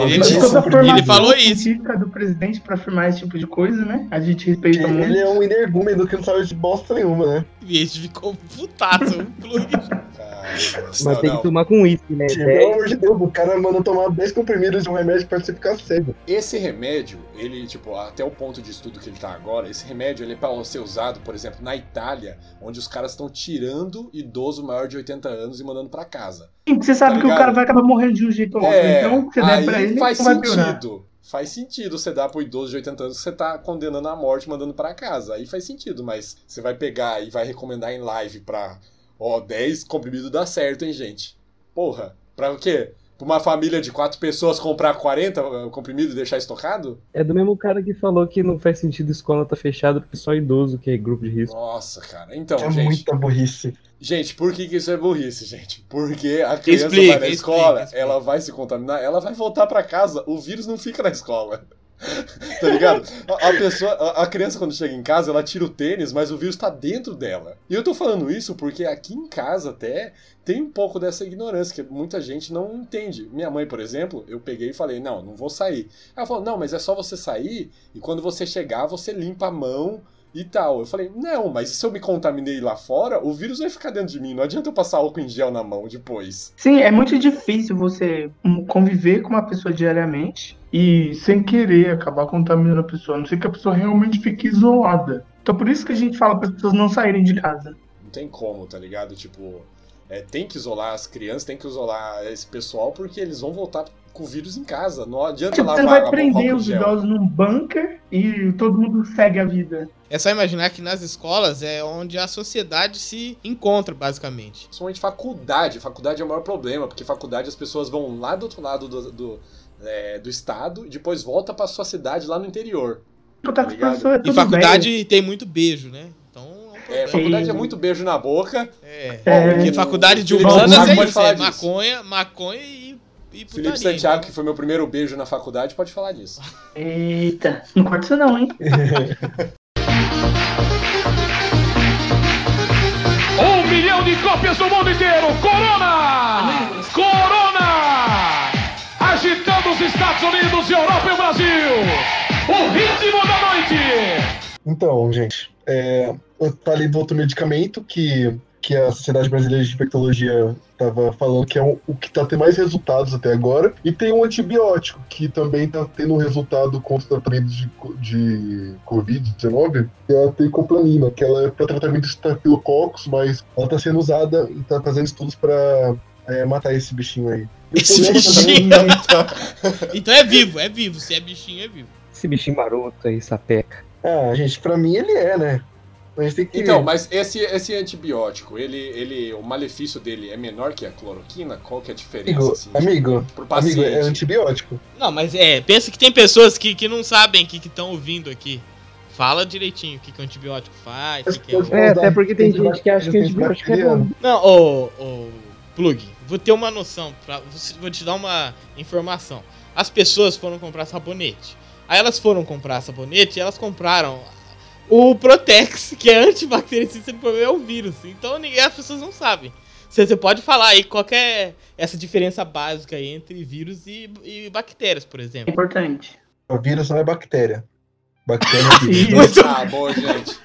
Ele falou isso. A do presidente pra afirmar esse tipo de coisa, né? A gente respeita muito. Ele é um energúmeno que não sabe de bosta nenhuma, né? E a gente ficou putaço. Mas tem que tomar com uísque, né? Pelo amor de Deus, o cara manda tomar 10 comprimidos de um remédio pra você ficar cego. Esse remédio, ele, tipo, até o ponto de estudo que ele tá agora, esse remédio, ele é pra ser usado, por exemplo, na Itália, onde os caras estão tirando idoso maior de 80 anos e mandando pra casa. Sim, você sabe que o cara vai acabar morrendo de um jeito ou outro. Então, você der pra ele, faz vai piorar. sentido. Faz sentido você dar pro idoso de 80 anos que você tá condenando à morte, mandando pra casa. Aí faz sentido, mas você vai pegar e vai recomendar em live pra... 10 comprimidos dá certo, hein, gente? Porra, pra o quê? Pra uma família de 4 pessoas comprar 40 comprimidos e deixar estocado? É do mesmo cara que falou que não faz sentido a escola tá fechada porque só idoso que é grupo de risco. Nossa, cara. Então, é gente... muita burrice. Gente, por que isso é burrice, gente? Porque a criança vai na escola, ela vai se contaminar, ela vai voltar pra casa, o vírus não fica na escola. Tá ligado? A criança quando chega em casa, ela tira o tênis, mas o vírus tá dentro dela. E eu tô falando isso porque aqui em casa até tem um pouco dessa ignorância, que muita gente não entende. Minha mãe, por exemplo, eu peguei e falei, não vou sair. Ela falou, não, mas é só você sair e quando você chegar, você limpa a mão e tal. Eu falei, não, mas se eu me contaminei lá fora, o vírus vai ficar dentro de mim, não adianta eu passar álcool em gel na mão depois. Sim, é muito difícil você conviver com uma pessoa diariamente e sem querer acabar contaminando a pessoa, a não ser que a pessoa realmente fique isolada. Então por isso que a gente fala para as pessoas não saírem de casa. Não tem como, tá ligado? Tipo, tem que isolar as crianças, tem que isolar esse pessoal, porque eles vão voltar com o vírus em casa. Não adianta lavar você vai prender os idosos num bunker e todo mundo segue a vida. É só imaginar que nas escolas é onde a sociedade se encontra, basicamente. Principalmente faculdade. Faculdade é o maior problema, porque faculdade as pessoas vão lá do outro lado do estado e depois volta pra sua cidade lá no interior. Tá ligado? E faculdade tem muito beijo, né? Então faculdade é muito beijo na boca. Porque faculdade de Felipe humanas Santiago é pode isso, falar é disso. maconha e putaria. Felipe Santiago, que foi meu primeiro beijo na faculdade, pode falar disso. Eita, não corta isso não, hein? 1 milhão de cópias no mundo inteiro. Corona! Corona! Agitando os Estados Unidos, Europa e o Brasil. O ritmo da noite. Então, gente, eu falei do outro medicamento que a Sociedade Brasileira de Infectologia estava falando que é o que está tendo mais resultados até agora. E tem um antibiótico que também está tendo um resultado contra o tratamento de Covid-19, que é a teicoplanin, que ela é para tratamento de estafilococcus, mas ela está sendo usada e está fazendo estudos para matar esse bichinho aí. Esse bichinho? Então é vivo. Se é bichinho, é vivo. Esse bichinho maroto aí, sapeca. Ah, gente, pra mim ele é, né? A gente tem que... Então, mas esse antibiótico, o malefício dele é menor que a cloroquina? Qual que é a diferença? Amigo, pro paciente? é antibiótico. Não, mas pensa que tem pessoas que não sabem o que estão ouvindo aqui. Fala direitinho o que o antibiótico faz, o que é... Até porque tem gente que acha que antibiótico é bom. Não, ô Plug, vou ter uma noção, vou te dar uma informação. As pessoas foram comprar sabonete. Aí elas foram comprar sabonete e elas compraram o Protex, que é antibactericida, o problema é o vírus. Então as pessoas não sabem. Você pode falar aí qual que é essa diferença básica aí entre vírus e bactérias, por exemplo. Importante. O vírus não é bactéria. Bactéria é vírus. Bom, gente.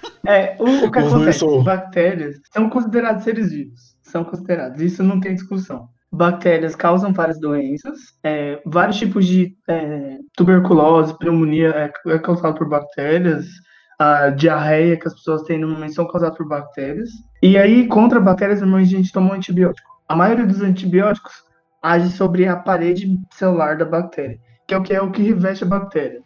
O que acontece? Bactérias são consideradas seres vivos. São considerados. Isso não tem discussão. Bactérias causam várias doenças, vários tipos de tuberculose, pneumonia é causado por bactérias, a diarreia que as pessoas têm normalmente são causadas por bactérias. E aí, contra bactérias, normalmente a gente toma um antibiótico. A maioria dos antibióticos age sobre a parede celular da bactéria, que é o que reveste a bactéria.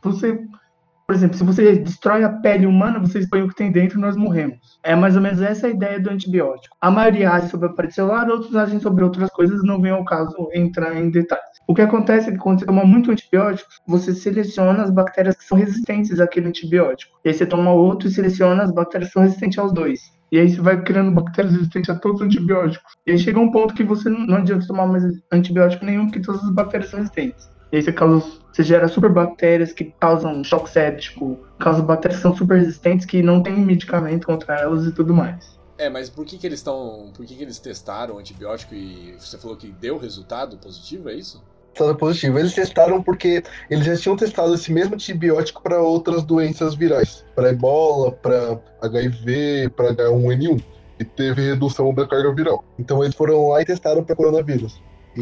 Por exemplo, se você destrói a pele humana, você expõe o que tem dentro e nós morremos. É mais ou menos essa a ideia do antibiótico. A maioria age sobre a parede celular, outros agem sobre outras coisas, não vem ao caso entrar em detalhes. O que acontece é que quando você toma muito antibiótico, você seleciona as bactérias que são resistentes àquele antibiótico. E aí você toma outro e seleciona as bactérias que são resistentes aos dois. E aí você vai criando bactérias resistentes a todos os antibióticos. E aí chega um ponto que você não adianta tomar mais antibiótico nenhum, porque todas as bactérias são resistentes. E aí você gera superbactérias que causam choque séptico, causam bactérias que são super resistentes, que não tem medicamento contra elas e tudo mais. Mas por que eles testaram o antibiótico e você falou que deu resultado positivo, é isso? Resultado positivo. Eles testaram porque eles já tinham testado esse mesmo antibiótico para outras doenças virais. Para ebola, para HIV, para H1N1. E teve redução da carga viral. Então eles foram lá e testaram para coronavírus.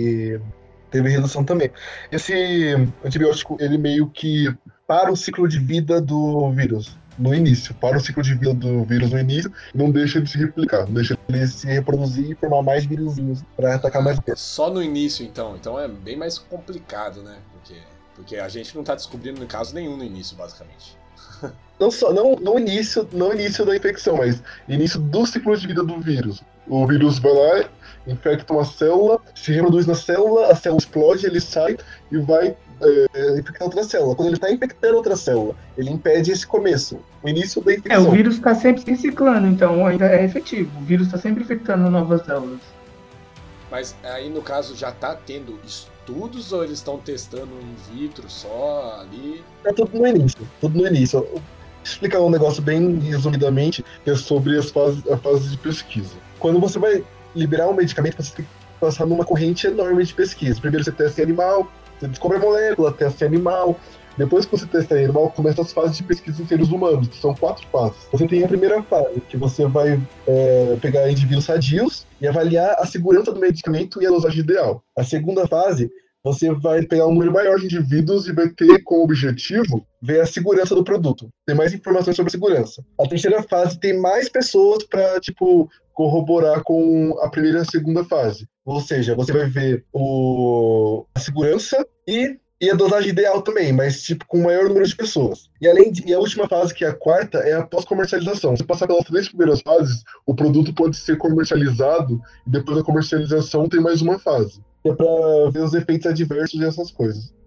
E teve redução também. Esse antibiótico, ele meio que para o ciclo de vida do vírus no início. Para o ciclo de vida do vírus no início, não deixa ele se replicar, não deixa ele se reproduzir e formar mais vírusinhos para atacar mais pessoas. Só no início, então. Então é bem mais complicado, né? Porque a gente não tá descobrindo caso nenhum no início, basicamente. Não início da infecção, mas início do ciclo de vida do vírus. O vírus vai lá, infecta uma célula, se reproduz na célula, a célula explode, ele sai e vai infectar outra célula. Quando ele está infectando outra célula, ele impede esse começo, o início da infecção. O vírus está sempre se ciclando, então ainda é efetivo. O vírus está sempre infectando novas células. Mas aí, no caso, já está tendo estudos ou eles estão testando in vitro só ali? É tudo no início. Vou explicar um negócio bem resumidamente, que é sobre a fase de pesquisa. Quando você vai liberar um medicamento, você tem que passar numa corrente enorme de pesquisa. Primeiro você testa em animal, você descobre a molécula, testa em animal. Depois que você testa em animal, começa as fases de pesquisa em seres humanos, que são 4 fases. Você tem a primeira fase, que você vai pegar indivíduos sadios e avaliar a segurança do medicamento e a dosagem ideal. A segunda fase, você vai pegar um número maior de indivíduos e vai ter como objetivo ver a segurança do produto, ter mais informações sobre a segurança. A terceira fase tem mais pessoas para, corroborar com a primeira e a segunda fase. Ou seja, você vai ver a segurança e a dosagem ideal também, mas com o maior número de pessoas. E a última fase, que é a quarta, é a pós-comercialização. Se passar pelas 3 primeiras fases, o produto pode ser comercializado e depois da comercialização tem mais uma fase. Que é para ver os efeitos adversos e essas coisas.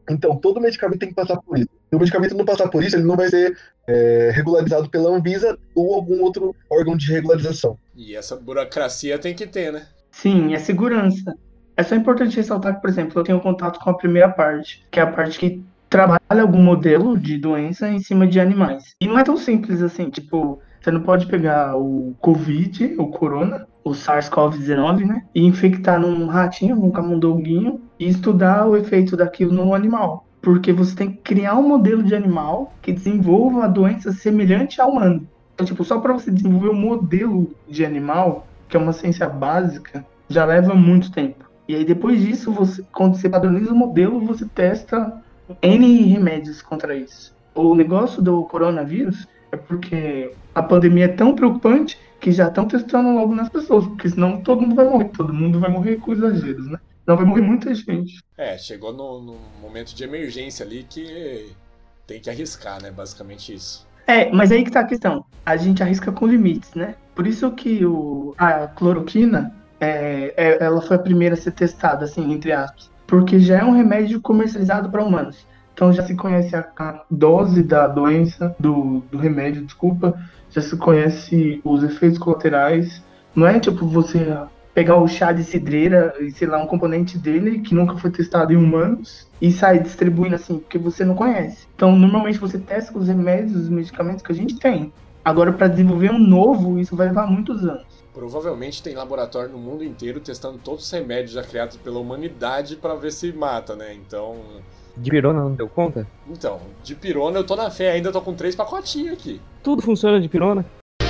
Então, todo medicamento tem que passar por isso. Se o medicamento não passar por isso, ele não vai ser regularizado pela Anvisa ou algum outro órgão de regularização. E essa burocracia tem que ter, né? Sim, é segurança. É só importante ressaltar que, por exemplo, eu tenho contato com a primeira parte, que é a parte que trabalha algum modelo de doença em cima de animais. E não é tão simples assim, tipo, você não pode pegar o Covid, o Corona, o SARS-CoV-19, né, e infectar num ratinho, num camundonguinho, e estudar o efeito daquilo no animal. Porque você tem que criar um modelo de animal que desenvolva a doença semelhante ao humano. Então, tipo, só para você desenvolver um modelo de animal, que é uma ciência básica, já leva muito tempo. E aí, depois disso, quando você padroniza o modelo, você testa N remédios contra isso. O negócio do coronavírus é porque a pandemia é tão preocupante que já estão testando logo nas pessoas, porque senão todo mundo vai morrer com exageros, né? Não vai morrer muita gente. Chegou no momento de emergência ali que tem que arriscar, né? Basicamente isso. Mas aí que tá a questão. A gente arrisca com limites, né? Por isso que a cloroquina, ela foi a primeira a ser testada, assim, entre aspas. Porque já é um remédio comercializado para humanos. Então já se conhece a dose da doença, do remédio, desculpa. Já se conhece os efeitos colaterais. Não é tipo você pegar o chá de cidreira e, sei lá, um componente dele que nunca foi testado em humanos e sair distribuindo assim, porque você não conhece. Então, normalmente você testa com os remédios, os medicamentos que a gente tem. Agora, para desenvolver um novo, isso vai levar muitos anos. Provavelmente tem laboratório no mundo inteiro testando todos os remédios já criados pela humanidade para ver se mata, né? Então... De pirona não deu conta? Então, de pirona eu tô na fé, ainda tô com 3 pacotinhos aqui. Tudo funciona de pirona?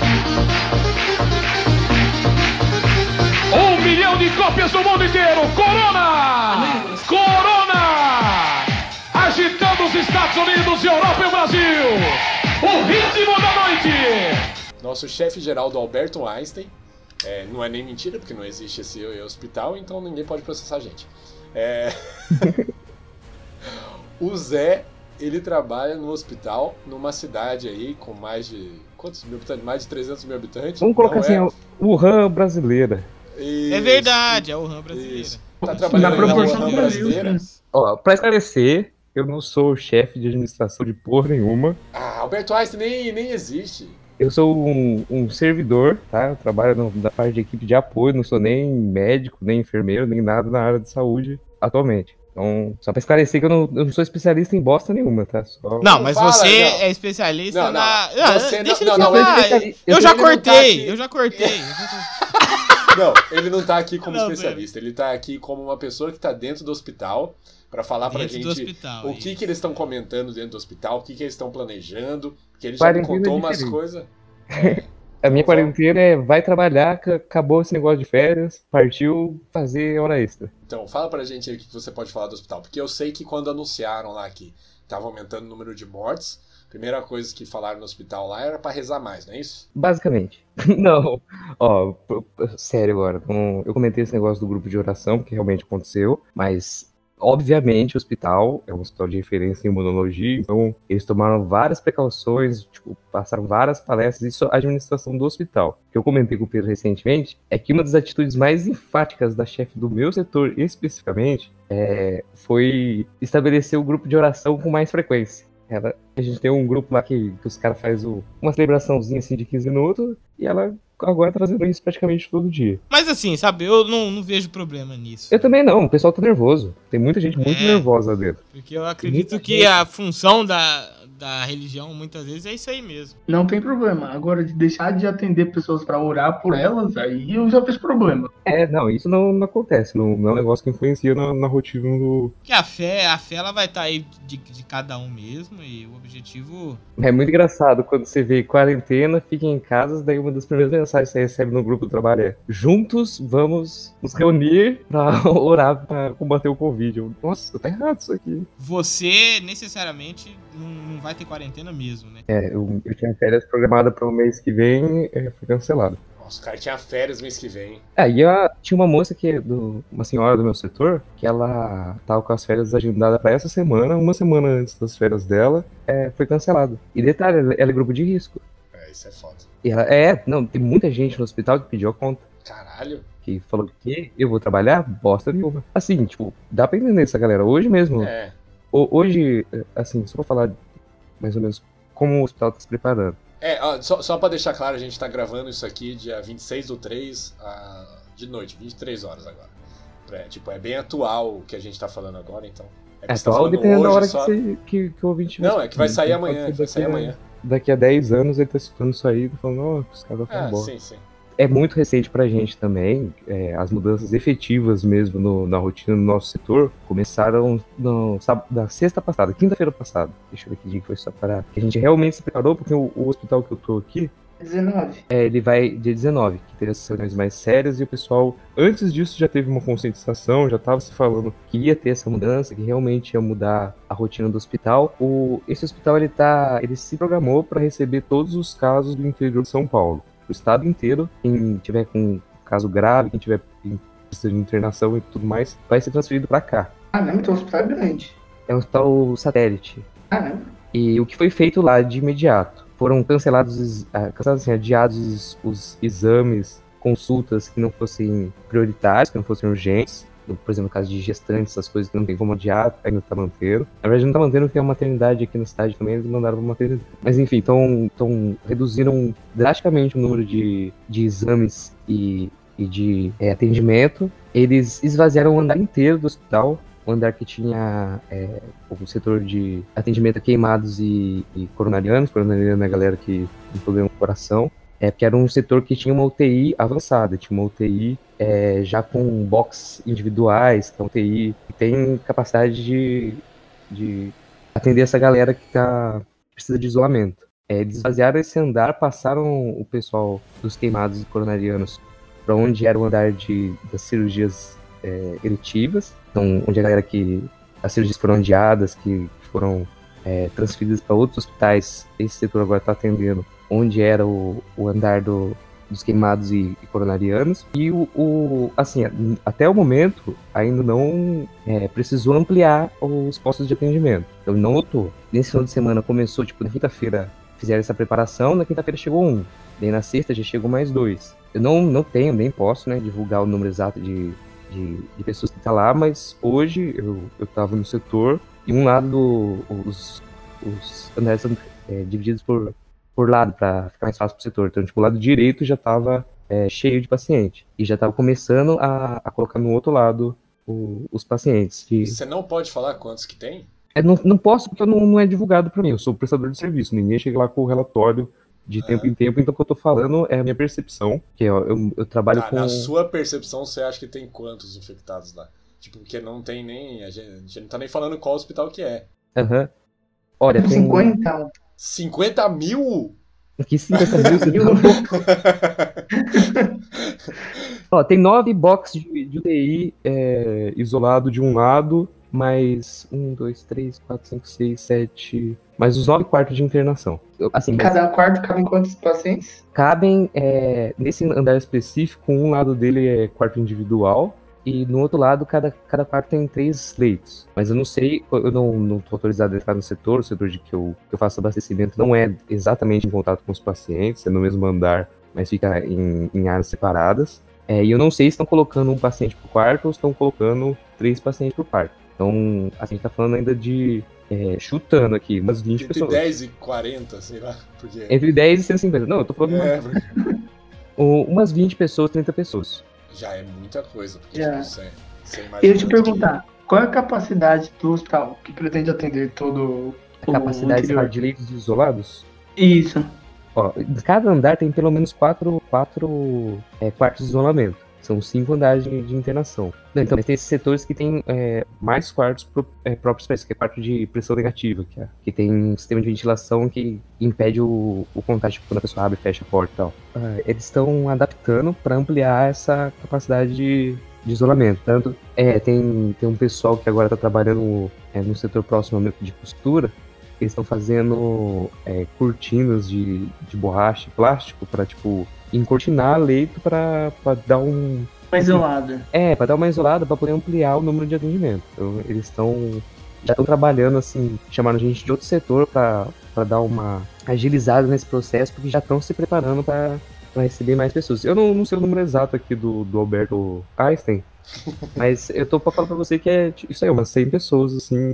1 milhão de cópias no mundo inteiro! Corona! Corona! Agitando os Estados Unidos, Europa e o Brasil! O ritmo da noite! Nosso chefe geral do Alberto Einstein, não é nem mentira, porque não existe esse hospital, então ninguém pode processar a gente. O Zé, ele trabalha no hospital, numa cidade aí com mais de... Quantos mil habitantes? Mais de 300 mil habitantes. Vamos colocar assim, Wuhan brasileira. Isso. É verdade, é o Wuhan brasileira. Isso. Tá trabalhando na Wuhan brasileira. Ó, pra esclarecer, eu não sou chefe de administração de porra nenhuma. Alberto Einstein nem existe. Eu sou um servidor, tá? Eu trabalho na parte de equipe de apoio, não sou nem médico, nem enfermeiro, nem nada na área de saúde atualmente. Então, só pra esclarecer que eu não sou especialista em bosta nenhuma, tá? Não, mas você é especialista na... Deixa ele falar. Eu já cortei. Não, ele não tá aqui como especialista, ele tá aqui como uma pessoa que tá dentro do hospital pra falar pra gente o que eles estão comentando dentro do hospital, o que eles estão planejando, porque ele já me contou umas coisas. A minha quarentena vai trabalhar, acabou esse negócio de férias, partiu fazer hora extra. Então, fala pra gente aí o que você pode falar do hospital, porque eu sei que quando anunciaram lá que tava aumentando o número de mortes, a primeira coisa que falaram no hospital lá era pra rezar mais, não é isso? Basicamente. Não, ó, sério agora, eu comentei esse negócio do grupo de oração, porque realmente aconteceu, mas... Obviamente, o hospital é um hospital de referência em imunologia, então eles tomaram várias precauções, tipo, passaram várias palestras, isso é a administração do hospital. O que eu comentei com o Pedro recentemente é que uma das atitudes mais enfáticas da chefe do meu setor, especificamente, foi estabelecer o grupo de oração com mais frequência. A gente tem um grupo lá que os caras fazem uma celebraçãozinha assim de 15 minutos, e ela agora tá fazendo isso praticamente todo dia. Mas assim, sabe, eu não vejo problema nisso. Eu também não, o pessoal tá nervoso. Tem muita gente muito nervosa dentro. Porque eu acredito que a função da religião, muitas vezes, é isso aí mesmo. Não tem problema. Agora, de deixar de atender pessoas pra orar por elas, aí eu já vejo problema. Não, isso não acontece. Não é um negócio que influencia na rotina do... Porque a fé ela vai estar aí de cada um mesmo, e o objetivo... É muito engraçado quando você vê quarentena, fica em casa, daí uma das primeiras mensagens que você recebe no grupo do trabalho é: juntos vamos nos reunir pra orar pra combater o Covid. Nossa, tá errado isso aqui. Você, necessariamente, não vai ter quarentena mesmo, né? Eu tinha férias programada para o mês que vem, foi cancelado. Nossa, o cara tinha férias mês que vem. E tinha uma moça uma senhora do meu setor, que ela tava com as férias agendadas para essa semana, uma semana antes das férias dela, foi cancelado. E detalhe, ela é grupo de risco. Isso é foda. E ela, tem muita gente no hospital que pediu a conta. Caralho. Que falou que eu vou trabalhar? Bosta nenhuma. Assim, tipo, dá pra entender essa galera. Hoje mesmo, Hoje, assim, só pra falar mais ou menos como o hospital está se preparando. Só pra deixar claro, a gente tá gravando isso aqui dia 26/3 de noite, 23 horas agora. É bem atual o que a gente tá falando agora, então. É atual dependendo da hora que o ouvinte Não, é que vai sair amanhã, Daqui a 10 anos ele tá escutando isso aí e falando, ó, os caras vão embora. Sim. É muito recente pra gente também, as mudanças efetivas mesmo na rotina do nosso setor começaram na sexta passada, quinta-feira passada. Deixa eu ver que dia que foi só para que a gente realmente se preparou, porque o hospital que eu tô aqui... 19. Ele vai dia 19, que teria essas reuniões mais sérias, e o pessoal, antes disso, já teve uma conscientização, já estava se falando que ia ter essa mudança, que realmente ia mudar a rotina do hospital. Esse hospital, ele se programou para receber todos os casos do interior de São Paulo. O estado inteiro, quem tiver com caso grave, quem tiver precisa de internação e tudo mais, vai ser transferido para cá. Não, então o hospital é grande. É um hospital satélite. Não. E o que foi feito lá de imediato? Foram adiados os exames, consultas que não fossem prioritários, que não fossem urgentes. Por exemplo, no caso de gestantes, essas coisas que não tem como adiar, ainda tá mantendo. Na verdade, não tá mantendo porque é uma maternidade aqui na cidade também, eles mandaram pra maternidade. Mas enfim, reduziram drasticamente o número de exames e de atendimento. Eles esvaziaram o andar inteiro do hospital, o andar que tinha o setor de atendimento a queimados e coronarianos. Coronariano é a galera que tem problema com o coração. Porque era um setor que tinha uma UTI avançada, tinha uma UTI já com box individuais, uma UTI que tem capacidade de atender essa galera que precisa de isolamento. Eles esvaziaram esse andar, passaram o pessoal dos queimados e coronarianos para onde era o andar das cirurgias eletivas, então onde a galera que as cirurgias foram adiadas, que foram transferidas para outros hospitais, esse setor agora está atendendo onde era o andar dos queimados e coronarianos. E assim, até o momento ainda não precisou ampliar os postos de atendimento. Então não lotou. Nesse final de semana começou, na quinta-feira fizeram essa preparação, na quinta-feira chegou 1. Daí na sexta já chegou mais 2. Eu não tenho, nem posso, divulgar o número exato de pessoas que tá lá, mas hoje eu tava no setor e um lado os andares são divididos por lado, para ficar mais fácil pro setor. Então, o lado direito já estava cheio de paciente. E já estava começando a colocar no outro lado os pacientes. Você não pode falar quantos que tem? Não posso, porque não é divulgado para mim. Eu sou prestador de serviço. Ninguém chega lá com o relatório de tempo em tempo. Então, o que eu tô falando é a minha percepção. Que eu trabalho com... Na sua percepção, você acha que tem quantos infectados lá? Porque não tem nem... A gente não tá nem falando qual hospital que é. Aham. Olha, tem... 50. 50 mil? Que 50 mil? Ó, tem 9 boxes de UTI isolado de um lado, mais 1, 2, 3, 4, 5, 6, 7... mais os 9 quartos de internação. Assim, cada quarto cabem quantos pacientes? Cabem, nesse andar específico, um lado dele é quarto individual, e no outro lado, cada quarto tem 3 leitos. Mas eu não sei, eu não tô autorizado a entrar no setor, o setor de que eu faço abastecimento não é exatamente em contato com os pacientes, é no mesmo andar, mas fica em áreas separadas. E eu não sei se estão colocando um paciente por quarto ou estão colocando 3 pacientes por quarto. Então, a gente tá falando ainda de, chutando aqui, umas 20 pessoas. Entre 10 e 40, sei lá. Porque... Entre 10 e 150. Não, eu tô falando umas 20 pessoas, 30 pessoas. Já é muita coisa, porque você imagina. Eu ia te perguntar, qual é a capacidade do hospital que pretende atender todo a capacidade de leitos isolados? Isso. Ó, cada andar tem pelo menos 4 quartos de isolamento. São 5 andares de internação. Então, tem esses setores que tem mais quartos próprios para isso, que é quarto de pressão negativa, que tem um sistema de ventilação que impede o contato quando a pessoa abre e fecha a porta e tal. Eles estão adaptando para ampliar essa capacidade de isolamento. Tanto, tem um pessoal que agora está trabalhando no setor próximo ao meu de costura. Eles estão fazendo cortinas de borracha e plástico para, encortinar leito para dar uma isolada. Para dar uma isolada, para poder ampliar o número de atendimento. Então, eles já estão trabalhando, assim, chamaram gente de outro setor para dar uma agilizada nesse processo, porque já estão se preparando para receber mais pessoas. Eu não sei o número exato aqui do Albert Einstein, mas eu tô para falar para você que isso aí, umas 100 pessoas, assim,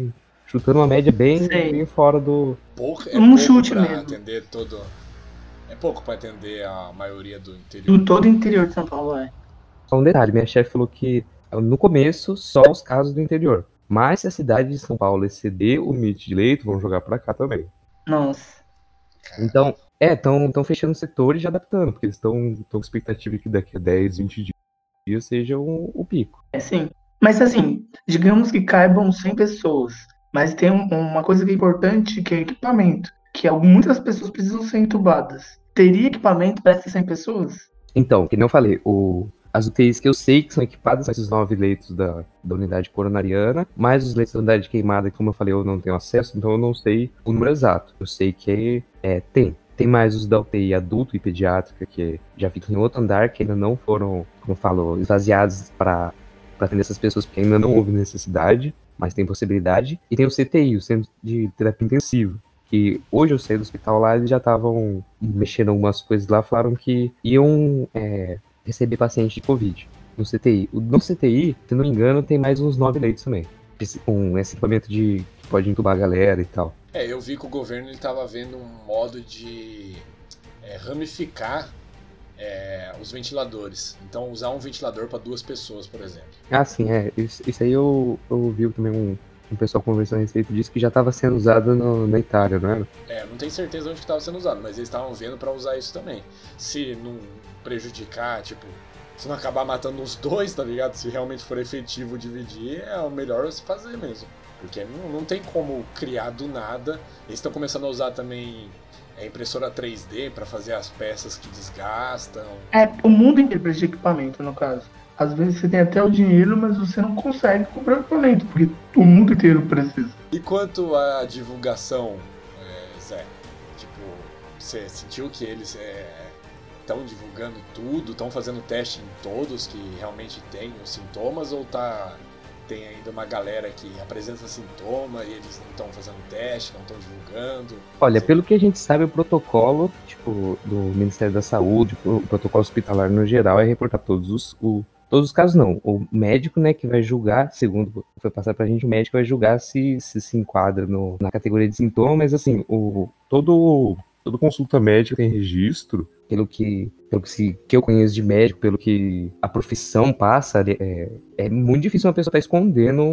chutando uma média bem, Sei. bem fora do... Um chute pra mesmo. atender todo. É pouco pra atender a maioria do interior. Do todo o interior de São Paulo, Só um detalhe, minha chefe falou que no começo só os casos do interior. Mas se a cidade de São Paulo exceder o limite de leito, vão jogar pra cá também. Nossa. Então, estão fechando setores e adaptando, porque eles estão com expectativa que daqui a 10, 20 dias seja o pico. Sim. Mas assim, digamos que caibam 100 pessoas. Mas tem uma coisa que é importante, que é equipamento. Que muitas pessoas precisam ser entubadas. Teria equipamento para essas 100 pessoas? Então, que nem eu falei, as UTIs que eu sei que são equipadas são esses 9 leitos da unidade coronariana, mais os leitos da unidade queimada, que como eu falei, eu não tenho acesso, então eu não sei o número exato. Eu sei que tem. Tem mais os da UTI adulto e pediátrica, que já ficam em outro andar, que ainda não foram, como eu falo, esvaziados para atender essas pessoas, porque ainda não houve necessidade, mas tem possibilidade. E tem o CTI, o Centro de Terapia Intensiva, que hoje eu saí do hospital lá, eles já estavam mexendo algumas coisas lá, falaram que iam receber pacientes de Covid no CTI. No CTI, se não me engano, tem mais uns 9 leitos também, com esse equipamento que pode entubar a galera e tal. Eu vi que o governo estava vendo um modo de ramificar os ventiladores. Então, usar um ventilador para 2 pessoas, por exemplo. Ah, sim, isso aí eu vi também um pessoal conversando a respeito disso, que já estava sendo usado na Itália, não era? Não tenho certeza onde que estava sendo usado, mas eles estavam vendo para usar isso também. Se não prejudicar, se não acabar matando os 2, tá ligado? Se realmente for efetivo dividir, é o melhor se fazer mesmo. Porque não tem como criar do nada. Eles estão começando a usar também impressora 3D para fazer as peças que desgastam. O mundo inteiro precisa de equipamento, no caso. Às vezes você tem até o dinheiro, mas você não consegue comprar o equipamento, porque o mundo inteiro precisa. E quanto à divulgação, Zé? Você sentiu que eles estão divulgando tudo, estão fazendo teste em todos que realmente têm os sintomas, ou tem ainda uma galera que apresenta sintoma e eles não estão fazendo teste, não estão divulgando? Olha, pelo que a gente sabe, o protocolo do Ministério da Saúde, o protocolo hospitalar no geral, é reportar todos os casos não. O médico, né, que vai julgar, segundo foi passado pra gente, o médico vai julgar se enquadra na categoria de sintoma, mas assim, todo consulta médica tem registro, pelo que eu conheço de médico, pelo que a profissão passa, é muito difícil uma pessoa estar escondendo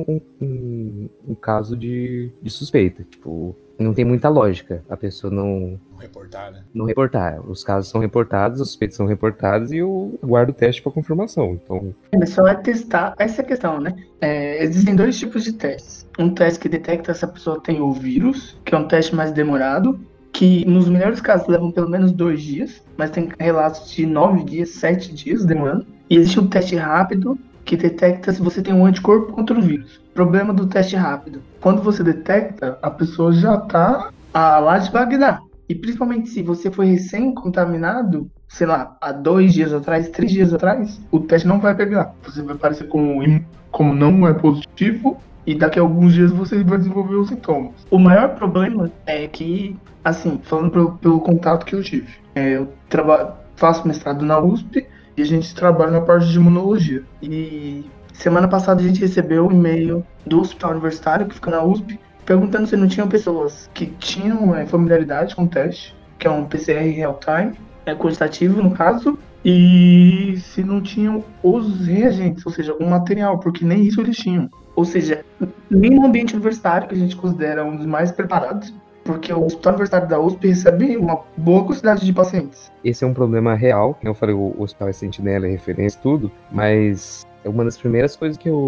um caso de suspeita. Não tem muita lógica a pessoa não reportar, né? Não reportar. Os casos são reportados, as suspeitas são reportadas e eu guardo o teste para confirmação. Então... Só testar essa questão, né? Existem 2 tipos de testes. Um teste que detecta se a pessoa tem o vírus, que é um teste mais demorado, que nos melhores casos levam pelo menos 2 dias, mas tem relatos de 9 dias, 7 dias demorando. E existe um teste rápido que detecta se você tem um anticorpo contra o vírus. Problema do teste rápido: quando você detecta, a pessoa já tá lá de Bagdá. E principalmente se você foi recém-contaminado, sei lá, há 2 dias atrás, 3 dias atrás, o teste não vai pegar. Você vai aparecer como não é positivo, e daqui a alguns dias você vai desenvolver os sintomas. O maior problema é que, assim, falando pelo contato que eu tive, eu faço mestrado na USP e a gente trabalha na parte de imunologia. E semana passada a gente recebeu um e-mail do hospital universitário que fica na USP, perguntando se não tinham pessoas que tinham familiaridade com o teste, que é um PCR real-time, quantitativo no caso, e se não tinham os reagentes, ou seja, o material, porque nem isso eles tinham. Ou seja, nem no ambiente universitário, que a gente considera um dos mais preparados, porque o hospital universitário da USP recebe uma boa quantidade de pacientes. Esse é um problema real, como eu falei, o hospital é sentinela, é referência, tudo, mas é uma das primeiras coisas que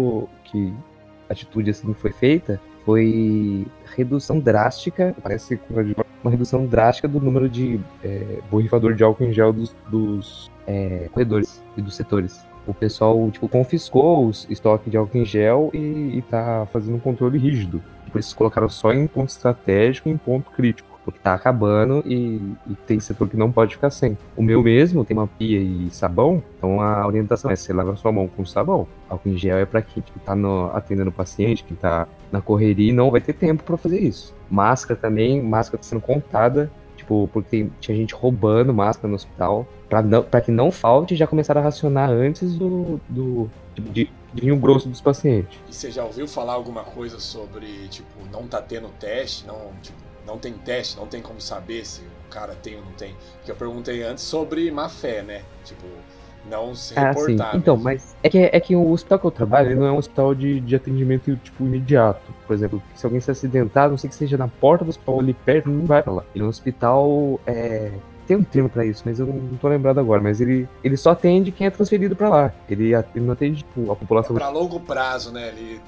a atitude assim foi feita, foi redução drástica, parece uma redução drástica do número de borrifador de álcool em gel dos corredores e dos setores. O pessoal confiscou o estoque de álcool em gel e tá fazendo um controle rígido. Por isso colocaram só em ponto estratégico e em ponto crítico, porque tá acabando e tem setor que não pode ficar sem. O meu mesmo tem uma pia e sabão, então a orientação é: você lava a sua mão com sabão. Álcool em gel é para quem tá atendendo o paciente, quem tá na correria e não vai ter tempo para fazer isso. Máscara também, máscara tá sendo contada, porque tinha gente roubando máscara no hospital. Pra que não falte, já começaram a racionar antes vinho grosso dos pacientes. E você já ouviu falar alguma coisa sobre, tipo, não tá tendo teste, não tem teste, não tem como saber se o cara tem ou não tem? Porque eu perguntei antes sobre má fé, né? Tipo, não se reportar. Sim. Então, mas é que o hospital que eu trabalho, ele não é um hospital de atendimento, tipo, imediato. Por exemplo, se alguém se acidentar, não sei que seja na porta do hospital ali perto, não vai pra lá. Ele é um hospital, tem um termo pra isso, mas eu não tô lembrado agora. Mas ele só atende quem é transferido pra lá. Ele não atende, tipo, a população. É pra longo prazo, né? Ele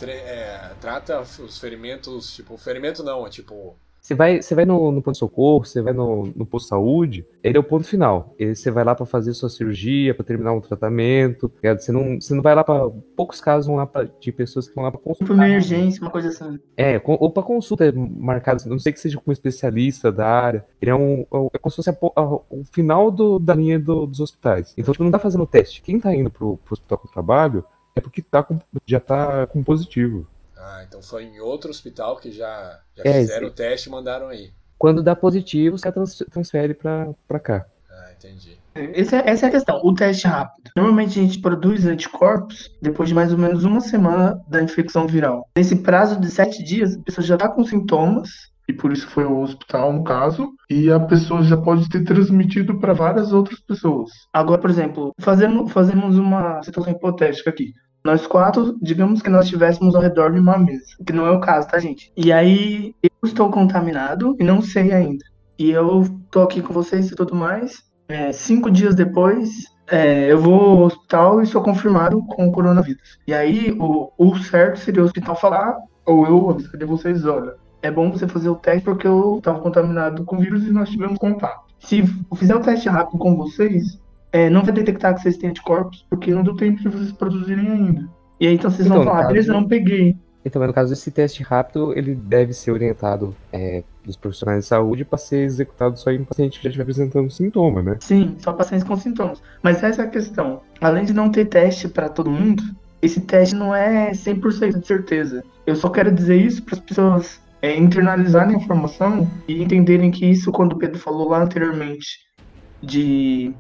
trata os ferimentos, tipo, ferimento não, é tipo... Você vai no pronto-socorro, você vai no posto de saúde, ele é o ponto final. Você vai lá pra fazer sua cirurgia, pra terminar um tratamento, tá ligado? Você não vai lá pra... Poucos casos vão lá de pessoas que vão lá pra consulta. Por emergência, uma coisa assim. Ou pra consulta marcada, não sei que seja com um especialista da área. Ele é como se fosse o final da linha dos hospitais. Então, tipo, não tá fazendo teste. Quem tá indo pro hospital que eu trabalho é porque já tá com positivo. Ah, então foi em outro hospital que já fizeram o teste e mandaram aí. Quando dá positivo, você transfere pra cá. Ah, entendi. Essa é a questão, o teste rápido. Normalmente a gente produz anticorpos depois de mais ou menos uma semana da infecção viral. Nesse prazo de 7 dias, a pessoa já está com sintomas, E por isso foi ao hospital, no caso, e a pessoa já pode ter transmitido para várias outras pessoas. Agora, por exemplo, fazemos uma situação hipotética aqui. Nós 4, digamos que nós estivéssemos ao redor de uma mesa, que não é o caso, tá, gente? E aí, eu estou contaminado e não sei ainda. E eu tô aqui com vocês e tudo mais. 5 dias depois, eu vou ao hospital e sou confirmado com o coronavírus. E aí, o certo seria o hospital falar, ou eu avisaria vocês, olha, é bom você fazer o teste porque eu estava contaminado com o vírus e nós tivemos contato. Se eu fizer o teste rápido com vocês, não vai detectar que vocês têm anticorpos, porque não deu tempo de vocês produzirem ainda. E aí, então vocês vão falar, beleza, não peguei. Então, no caso desse teste rápido, ele deve ser orientado dos profissionais de saúde para ser executado só em paciente que já estiver apresentando sintoma, né? Sim, só pacientes com sintomas. Mas essa é a questão. Além de não ter teste para todo mundo, esse teste não é 100% de certeza. Eu só quero dizer isso para as pessoas internalizarem a informação e entenderem que isso, quando o Pedro falou lá anteriormente, de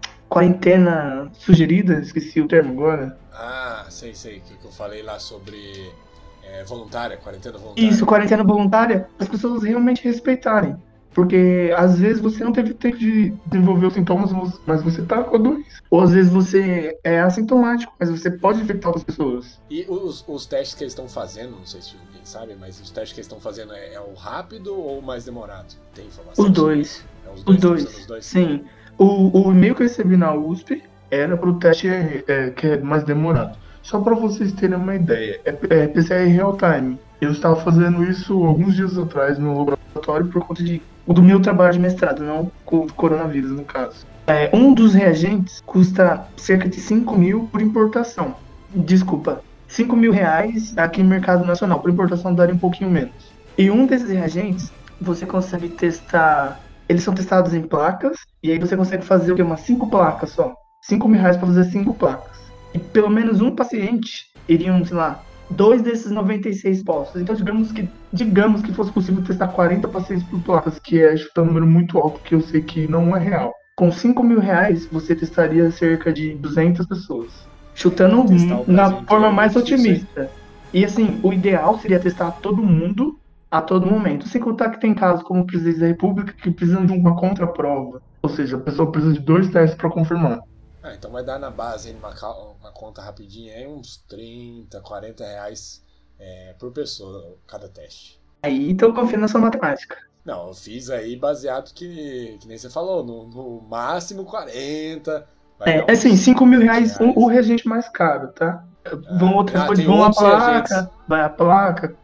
quarentena sugerida, esqueci o termo agora. Ah, sei, que eu falei lá sobre voluntária, quarentena voluntária. Isso, quarentena voluntária, as pessoas realmente respeitarem. Porque às vezes você não teve tempo de desenvolver os sintomas, mas você tá com a doença. Ou às vezes você é assintomático, mas você pode infectar outras pessoas. E os testes que eles estão fazendo, não sei se alguém sabe, mas os testes que eles estão fazendo é o rápido ou o mais demorado? Tem informação? Os dois. Os dois? Sim. O e-mail que eu recebi na USP era pro teste que é mais demorado. Só para vocês terem uma ideia, é PCR real time. Eu estava fazendo isso alguns dias atrás no laboratório por conta do meu trabalho de mestrado, não com o coronavírus, no caso. Um dos reagentes custa cerca de 5 mil por importação. Desculpa, 5 mil reais aqui no mercado nacional. Por importação daria um pouquinho menos. E um desses reagentes, você consegue testar... Eles são testados em placas, e aí você consegue fazer o quê? Umas 5 placas só. 5 mil reais para fazer 5 placas. E pelo menos um paciente iriam, sei lá, 2 desses 96 postos. Então, digamos que fosse possível testar 40 pacientes por placas, que é um número muito alto, que eu sei que não é real. Com 5 mil reais, você testaria cerca de 200 pessoas. Chutando na forma mais otimista. E assim, o ideal seria testar todo mundo a todo momento. Sem contar que tem casos como o presidente da República que precisam de uma contraprova. Ou seja, a pessoa precisa de 2 testes para confirmar. Então vai dar na base, aí, uma conta rapidinha, uns 30, 40 reais por pessoa, cada teste. Aí, então confia na sua matemática. Não, eu fiz aí baseado que nem você falou, no máximo 40. Assim, 5 mil reais o reagente mais caro, tá? Vão outras coisas, vão a placa, vai a placa,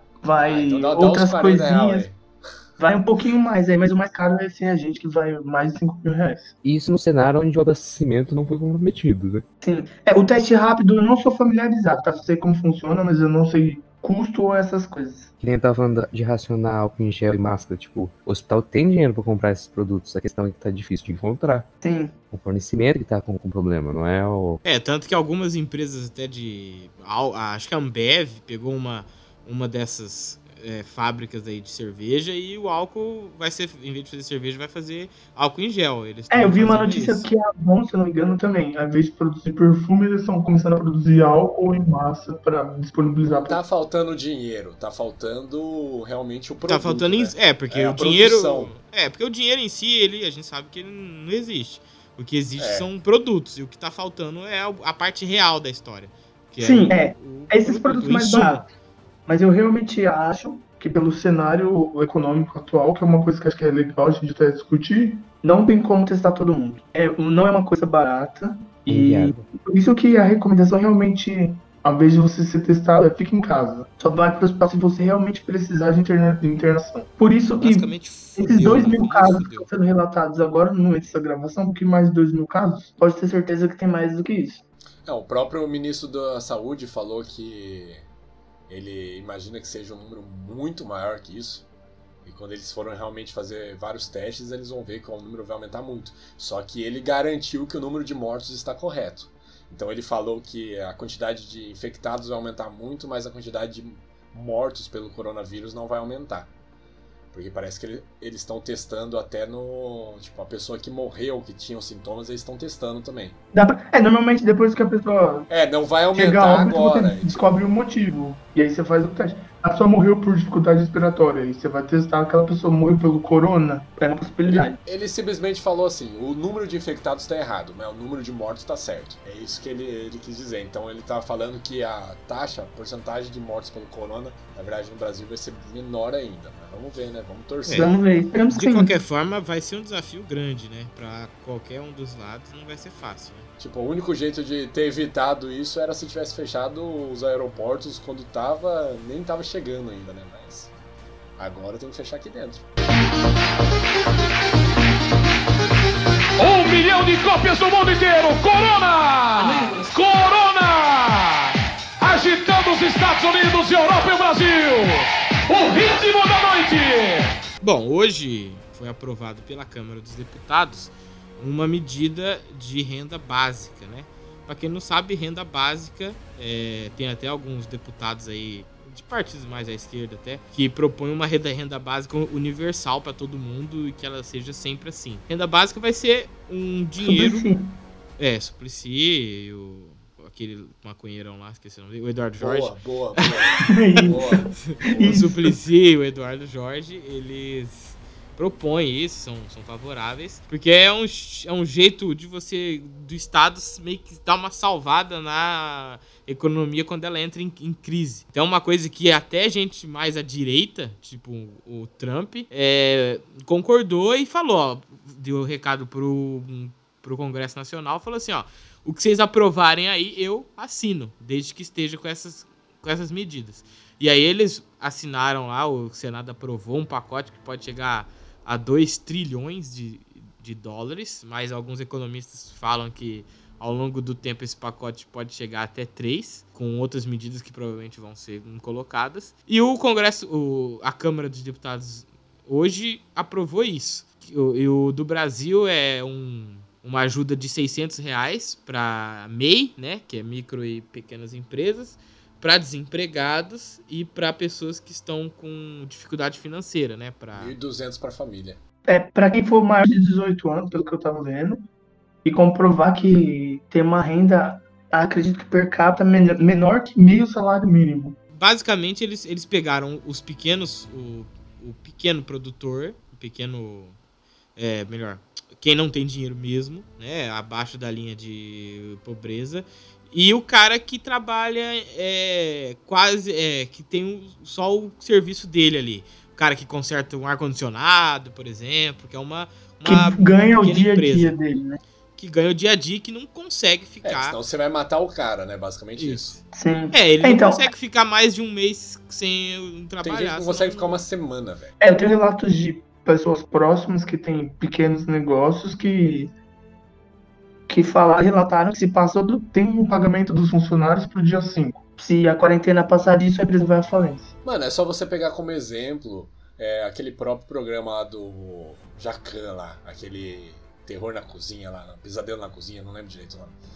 vai então outras coisinhas. Real, vai um pouquinho mais aí, mas o mais caro é esse reagente que vai mais de 5 mil reais. Isso no cenário onde o abastecimento não foi comprometido, né? Sim. O teste rápido eu não sou familiarizado, tá? Eu sei como funciona, mas eu não sei custo ou essas coisas. Que nem eu tava falando de racionar álcool em gel e máscara, tipo, o hospital tem dinheiro pra comprar esses produtos, a questão é que tá difícil de encontrar. Sim. O fornecimento que tá com problema, não é o... Tanto que algumas empresas até acho que a Ambev pegou uma dessas fábricas aí de cerveja e o álcool vai ser, em vez de fazer cerveja, vai fazer álcool em gel. Eu vi uma notícia que a Avon, se eu não me engano, também, ao invés de produzir perfume, eles estão começando a produzir álcool em massa para disponibilizar. Tá faltando dinheiro, tá faltando realmente o produto. Tá faltando porque o dinheiro. Porque o dinheiro em si, a gente sabe que ele não existe. O que existe são produtos, e o que tá faltando é a parte real da história. Sim, esses produtos mais baratos. Mas eu realmente acho que pelo cenário econômico atual, que é uma coisa que acho que é legal a gente até discutir, não tem como testar todo mundo. Não é uma coisa barata. E por isso que a recomendação realmente, ao invés de você ser testado, fica em casa. Só vai para o hospital se você realmente precisar de internação. Por isso que esses 2.000 casos que estão sendo relatados agora no momento dessa gravação, porque mais de 2.000 casos, pode ter certeza que tem mais do que isso. O próprio ministro da Saúde falou que ele imagina que seja um número muito maior que isso. E quando eles forem realmente fazer vários testes, eles vão ver que o número vai aumentar muito. Só que ele garantiu que o número de mortos está correto. Então ele falou que a quantidade de infectados vai aumentar muito, mas a quantidade de mortos pelo coronavírus não vai aumentar. Porque parece que eles estão testando até no... Tipo, a pessoa que morreu, que tinha os sintomas, eles estão testando também. Normalmente depois que a pessoa... não vai aumentar agora. Você descobre o motivo. E aí você faz o teste. A pessoa morreu por dificuldade respiratória. E você vai testar aquela pessoa morreu pelo corona. É uma possibilidade. Ele simplesmente falou assim, o número de infectados está errado, mas o número de mortos está certo. É isso que ele quis dizer. Então ele tá falando que a porcentagem de mortos pelo corona, na verdade no Brasil vai ser menor ainda. Mas vamos ver, né? Vamos torcer. Vamos ver. De qualquer forma, vai ser um desafio grande, né? Pra qualquer um dos lados não vai ser fácil, né? Tipo, o único jeito de ter evitado isso era se tivesse fechado os aeroportos quando nem tava chegando ainda, né? Mas agora tem que fechar aqui dentro. 1 milhão de cópias no mundo inteiro! Corona! Corona! Agitando os Estados Unidos, Europa e Brasil! O ritmo da noite! Bom, hoje foi aprovado pela Câmara dos Deputados uma medida de renda básica, né? Para quem não sabe, renda básica, tem até alguns deputados aí, de partidos mais à esquerda até, que propõem uma renda básica universal para todo mundo e que ela seja sempre assim. Renda básica vai ser um dinheiro... Suplicy, aquele maconheirão lá, esqueci o nome dele, o Eduardo Jorge. Boa. O Suplicy, o Eduardo Jorge, eles propõem isso, são favoráveis, porque é um jeito de você, do Estado, meio que dar uma salvada na economia quando ela entra em crise. Então uma coisa que até gente mais à direita, tipo o Trump, concordou e falou, deu recado pro Congresso Nacional, falou assim, o que vocês aprovarem aí, eu assino, desde que esteja com essas medidas. E aí eles assinaram lá, o Senado aprovou um pacote que pode chegar a 2 trilhões de dólares, mas alguns economistas falam que ao longo do tempo esse pacote pode chegar até 3, com outras medidas que provavelmente vão ser colocadas. E o Congresso, a Câmara dos Deputados hoje aprovou isso. E o do Brasil é uma ajuda de R$600 para MEI, né, que é micro e pequenas empresas, para desempregados e para pessoas que estão com dificuldade financeira, né? 1.200 para família. Para quem for maior de 18 anos, pelo que eu tava vendo, e comprovar que tem uma renda, acredito que per capita menor que meio salário mínimo. Basicamente, eles pegaram os pequenos, o pequeno produtor, quem não tem dinheiro mesmo, né? Abaixo da linha de pobreza. E o cara que trabalha que tem só o serviço dele ali. O cara que conserta um ar-condicionado, por exemplo, que é uma que ganha o dia a dia dele, né? Que ganha o dia a dia e que não consegue ficar... senão você vai matar o cara, né? Basicamente isso. Sim. Ele não consegue ficar mais de um mês sem trabalhar. Tem gente que não consegue ficar uma semana, velho. Eu tenho relatos de pessoas próximas que têm pequenos negócios que relataram que se passou do tempo o pagamento dos funcionários pro dia 5. Se a quarentena passar disso, a empresa vai à falência. Mano, é só você pegar como exemplo aquele próprio programa lá do Jacan lá, aquele terror na cozinha lá, pesadelo na cozinha, não lembro direito o nome.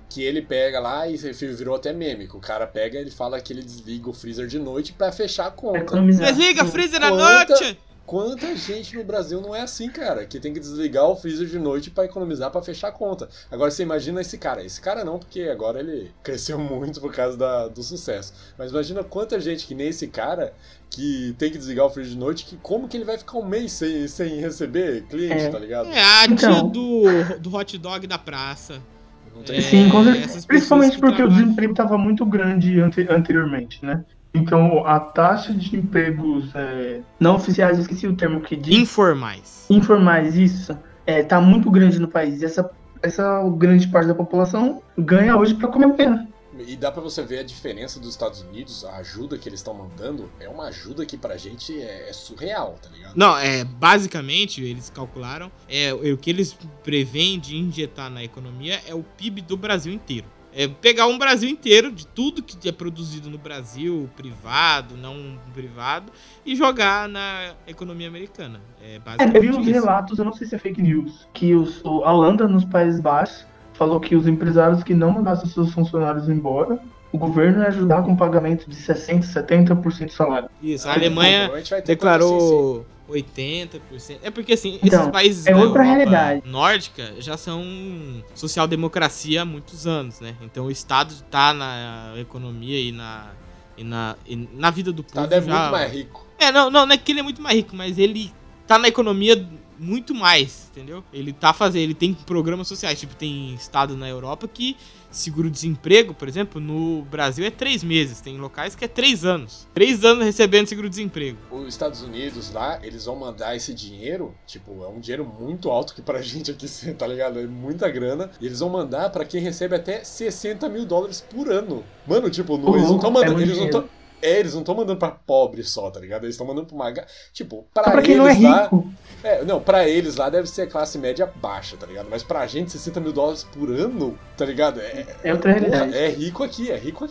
que ele pega lá e virou até meme, que o cara pega e ele fala que ele desliga o freezer de noite pra fechar a conta. Desliga freezer à noite! Quanta gente no Brasil não é assim, cara, que tem que desligar o freezer de noite pra economizar, pra fechar a conta. Agora você imagina esse cara. Esse cara não, porque agora ele cresceu muito por causa do sucesso. Mas imagina quanta gente que nem esse cara que tem que desligar o freezer de noite, que como que ele vai ficar um mês sem receber cliente, tá ligado? A tia do hot dog da praça. Sim, principalmente porque o desemprego estava muito grande anteriormente, né? Então, a taxa de empregos não oficiais, esqueci o termo que diz. Informais, isso. Tá muito grande no país. E essa grande parte da população ganha hoje para comer pena. E dá pra você ver a diferença dos Estados Unidos, a ajuda que eles estão mandando, é uma ajuda que pra gente é surreal, tá ligado? Não, basicamente, eles calcularam, o que eles prevêem de injetar na economia é o PIB do Brasil inteiro. Pegar um Brasil inteiro, de tudo que é produzido no Brasil, privado, não privado, e jogar na economia americana. Eu vi uns relatos, eu não sei se é fake news, que a Holanda, nos Países Baixos, falou que os empresários que não mandassem seus funcionários embora, o governo ia ajudar com pagamento de 60%, 70% do salário. Isso, a Alemanha declarou 80%. É porque assim, esses países da outra realidade nórdica já são social-democracia há muitos anos, né? Então o Estado tá na economia e na vida do povo. O Estado é muito mais rico. Não é que ele é muito mais rico, mas ele tá na economia muito mais, entendeu? Ele tem programas sociais, tipo, tem estado na Europa que seguro-desemprego, por exemplo, no Brasil é 3 meses, tem locais que é 3 anos. 3 anos recebendo seguro-desemprego. Os Estados Unidos lá, eles vão mandar esse dinheiro, tipo, é um dinheiro muito alto que pra gente aqui, tá ligado? É muita grana. E eles vão mandar pra quem recebe até $60 mil por ano. Mano, tipo, eles não estão mandando, eles não estão mandando pra pobre só, tá ligado? Eles estão mandando pra uma... Tipo, pra quem não é rico. Não, pra eles lá deve ser classe média baixa, tá ligado? Mas pra gente, $60 mil por ano, tá ligado? É outra realidade. É rico aqui.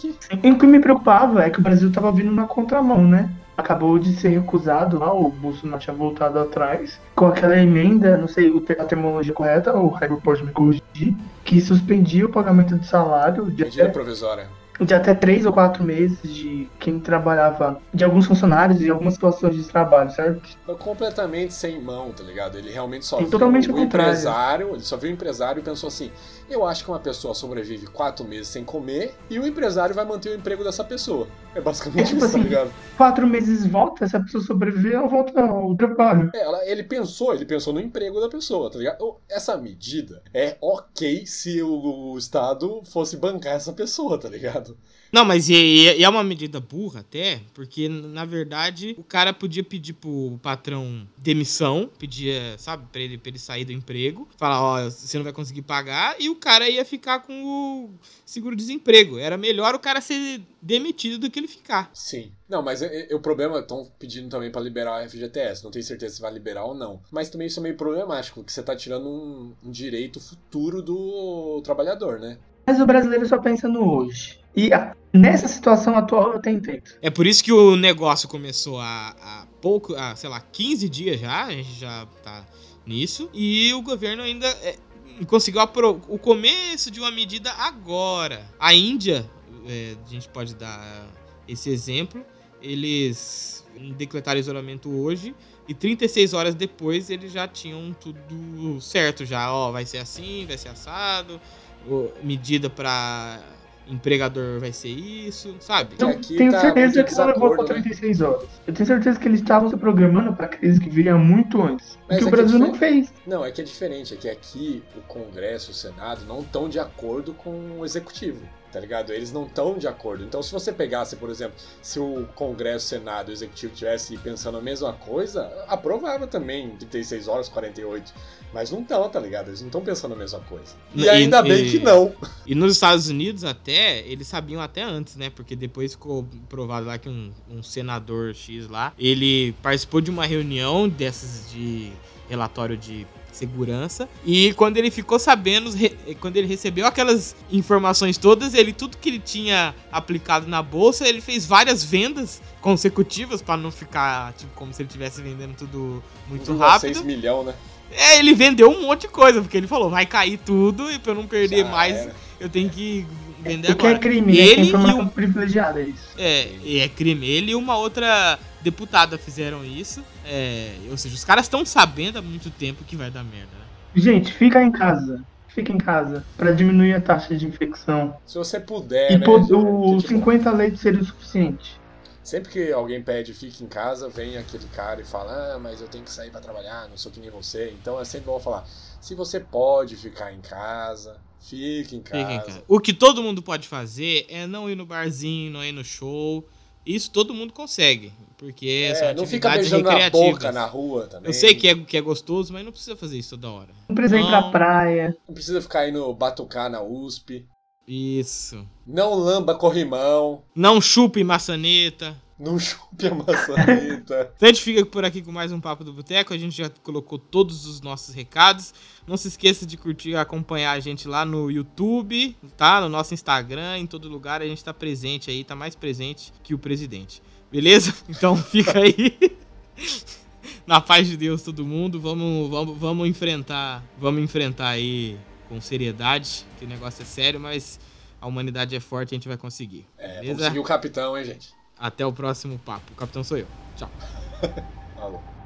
E o que me preocupava é que o Brasil tava vindo na contramão, né? Acabou de ser recusado lá, o Bolsonaro tinha voltado atrás, com aquela emenda, não sei a terminologia correta, o Raimundo pode me corrigir, que suspendia o pagamento de salário medida provisória. De até 3 ou 4 meses de quem trabalhava, de alguns funcionários e algumas situações de trabalho, certo? Completamente sem mão, tá ligado? Ele realmente só viu o empresário, ele só viu o empresário e pensou assim, eu acho que uma pessoa sobrevive 4 meses sem comer e o empresário vai manter o emprego dessa pessoa. É basicamente tipo isso, assim, tá ligado? 4 meses volta, se a pessoa sobreviver, ela volta ao trabalho. Ele pensou no emprego da pessoa, tá ligado? Essa medida é ok se o Estado fosse bancar essa pessoa, tá ligado? Não, mas é uma medida burra até, porque, na verdade, o cara podia pedir pro patrão demissão, pedia, sabe, pra ele sair do emprego, falar, você não vai conseguir pagar, e o cara ia ficar com o seguro-desemprego. Era melhor o cara ser demitido do que ele ficar. Sim. Não, mas o problema, estão pedindo também pra liberar o FGTS, não tenho certeza se vai liberar ou não. Mas também isso é meio problemático, porque você tá tirando um direito futuro do trabalhar, né? Mas o brasileiro só pensa no hoje. E nessa situação atual eu tenho tempo. É por isso que o negócio começou há 15 dias já, a gente já tá nisso, e o governo ainda conseguiu o começo de uma medida agora. A Índia, a gente pode dar esse exemplo, eles decretaram isolamento hoje, e 36 horas depois eles já tinham tudo certo, já, vai ser assim, vai ser assado, medida para empregador vai ser isso, sabe? Eu tenho certeza que não levou para 36 horas. Eu tenho certeza que eles estavam se programando para a crise que veio muito antes. Mas que o Brasil não fez. Não, é que é diferente. É que aqui o Congresso, o Senado não estão de acordo com o Executivo. Tá ligado? Eles não estão de acordo. Então, se você pegasse, por exemplo, se o Congresso, Senado e o Executivo estivessem pensando a mesma coisa, aprovava também 36 horas, 48. Mas não estão, tá ligado? Eles não estão pensando a mesma coisa. E ainda bem que não. E nos Estados Unidos até, eles sabiam até antes, né? Porque depois ficou provado lá que um senador X lá, ele participou de uma reunião dessas de relatório de segurança, e quando ele ficou sabendo, quando ele recebeu aquelas informações todas, tudo que ele tinha aplicado na bolsa, ele fez várias vendas consecutivas para não ficar tipo como se ele estivesse vendendo tudo muito rápido. 6 milhões, né? Ele vendeu um monte de coisa, porque ele falou, vai cair tudo, e pra eu não perder mais, eu tenho que vender O que agora. é crime, né? Ele Que é informação e o... privilegiada, é isso. E é crime. Ele e uma outra deputada fizeram isso. Ou seja, os caras estão sabendo há muito tempo que vai dar merda, né? Gente, fica em casa. Fica em casa. Pra diminuir a taxa de infecção. Se você puder, E né? o 50 leitos seria o suficiente. Sempre que alguém pede fique em casa, vem aquele cara e fala, mas eu tenho que sair pra trabalhar, não sou que nem você. Então é sempre bom falar, se você pode ficar em casa, fique em casa. O que todo mundo pode fazer é não ir no barzinho, não ir no show. Isso todo mundo consegue, porque são não fica atividades beijando na recreativas. boca na rua também. Eu sei que é gostoso, mas não precisa fazer isso toda hora. Não precisa ir pra praia. Não precisa ficar indo batucar na USP. Isso. Não lamba corrimão. Não chupe maçaneta. Não chupe a maçaneta. Então a gente fica por aqui com mais um Papo do Boteco. A gente já colocou todos os nossos recados. Não se esqueça de curtir e acompanhar a gente lá no YouTube, tá? No nosso Instagram, em todo lugar. A gente tá presente aí, tá mais presente que o presidente. Beleza? Então fica aí. Na paz de Deus, todo mundo. Vamos enfrentar aí com seriedade, que o negócio é sério, mas a humanidade é forte e a gente vai conseguir. Beleza? Vamos seguir o capitão, hein, gente? Até o próximo papo. O capitão sou eu. Tchau. Falou.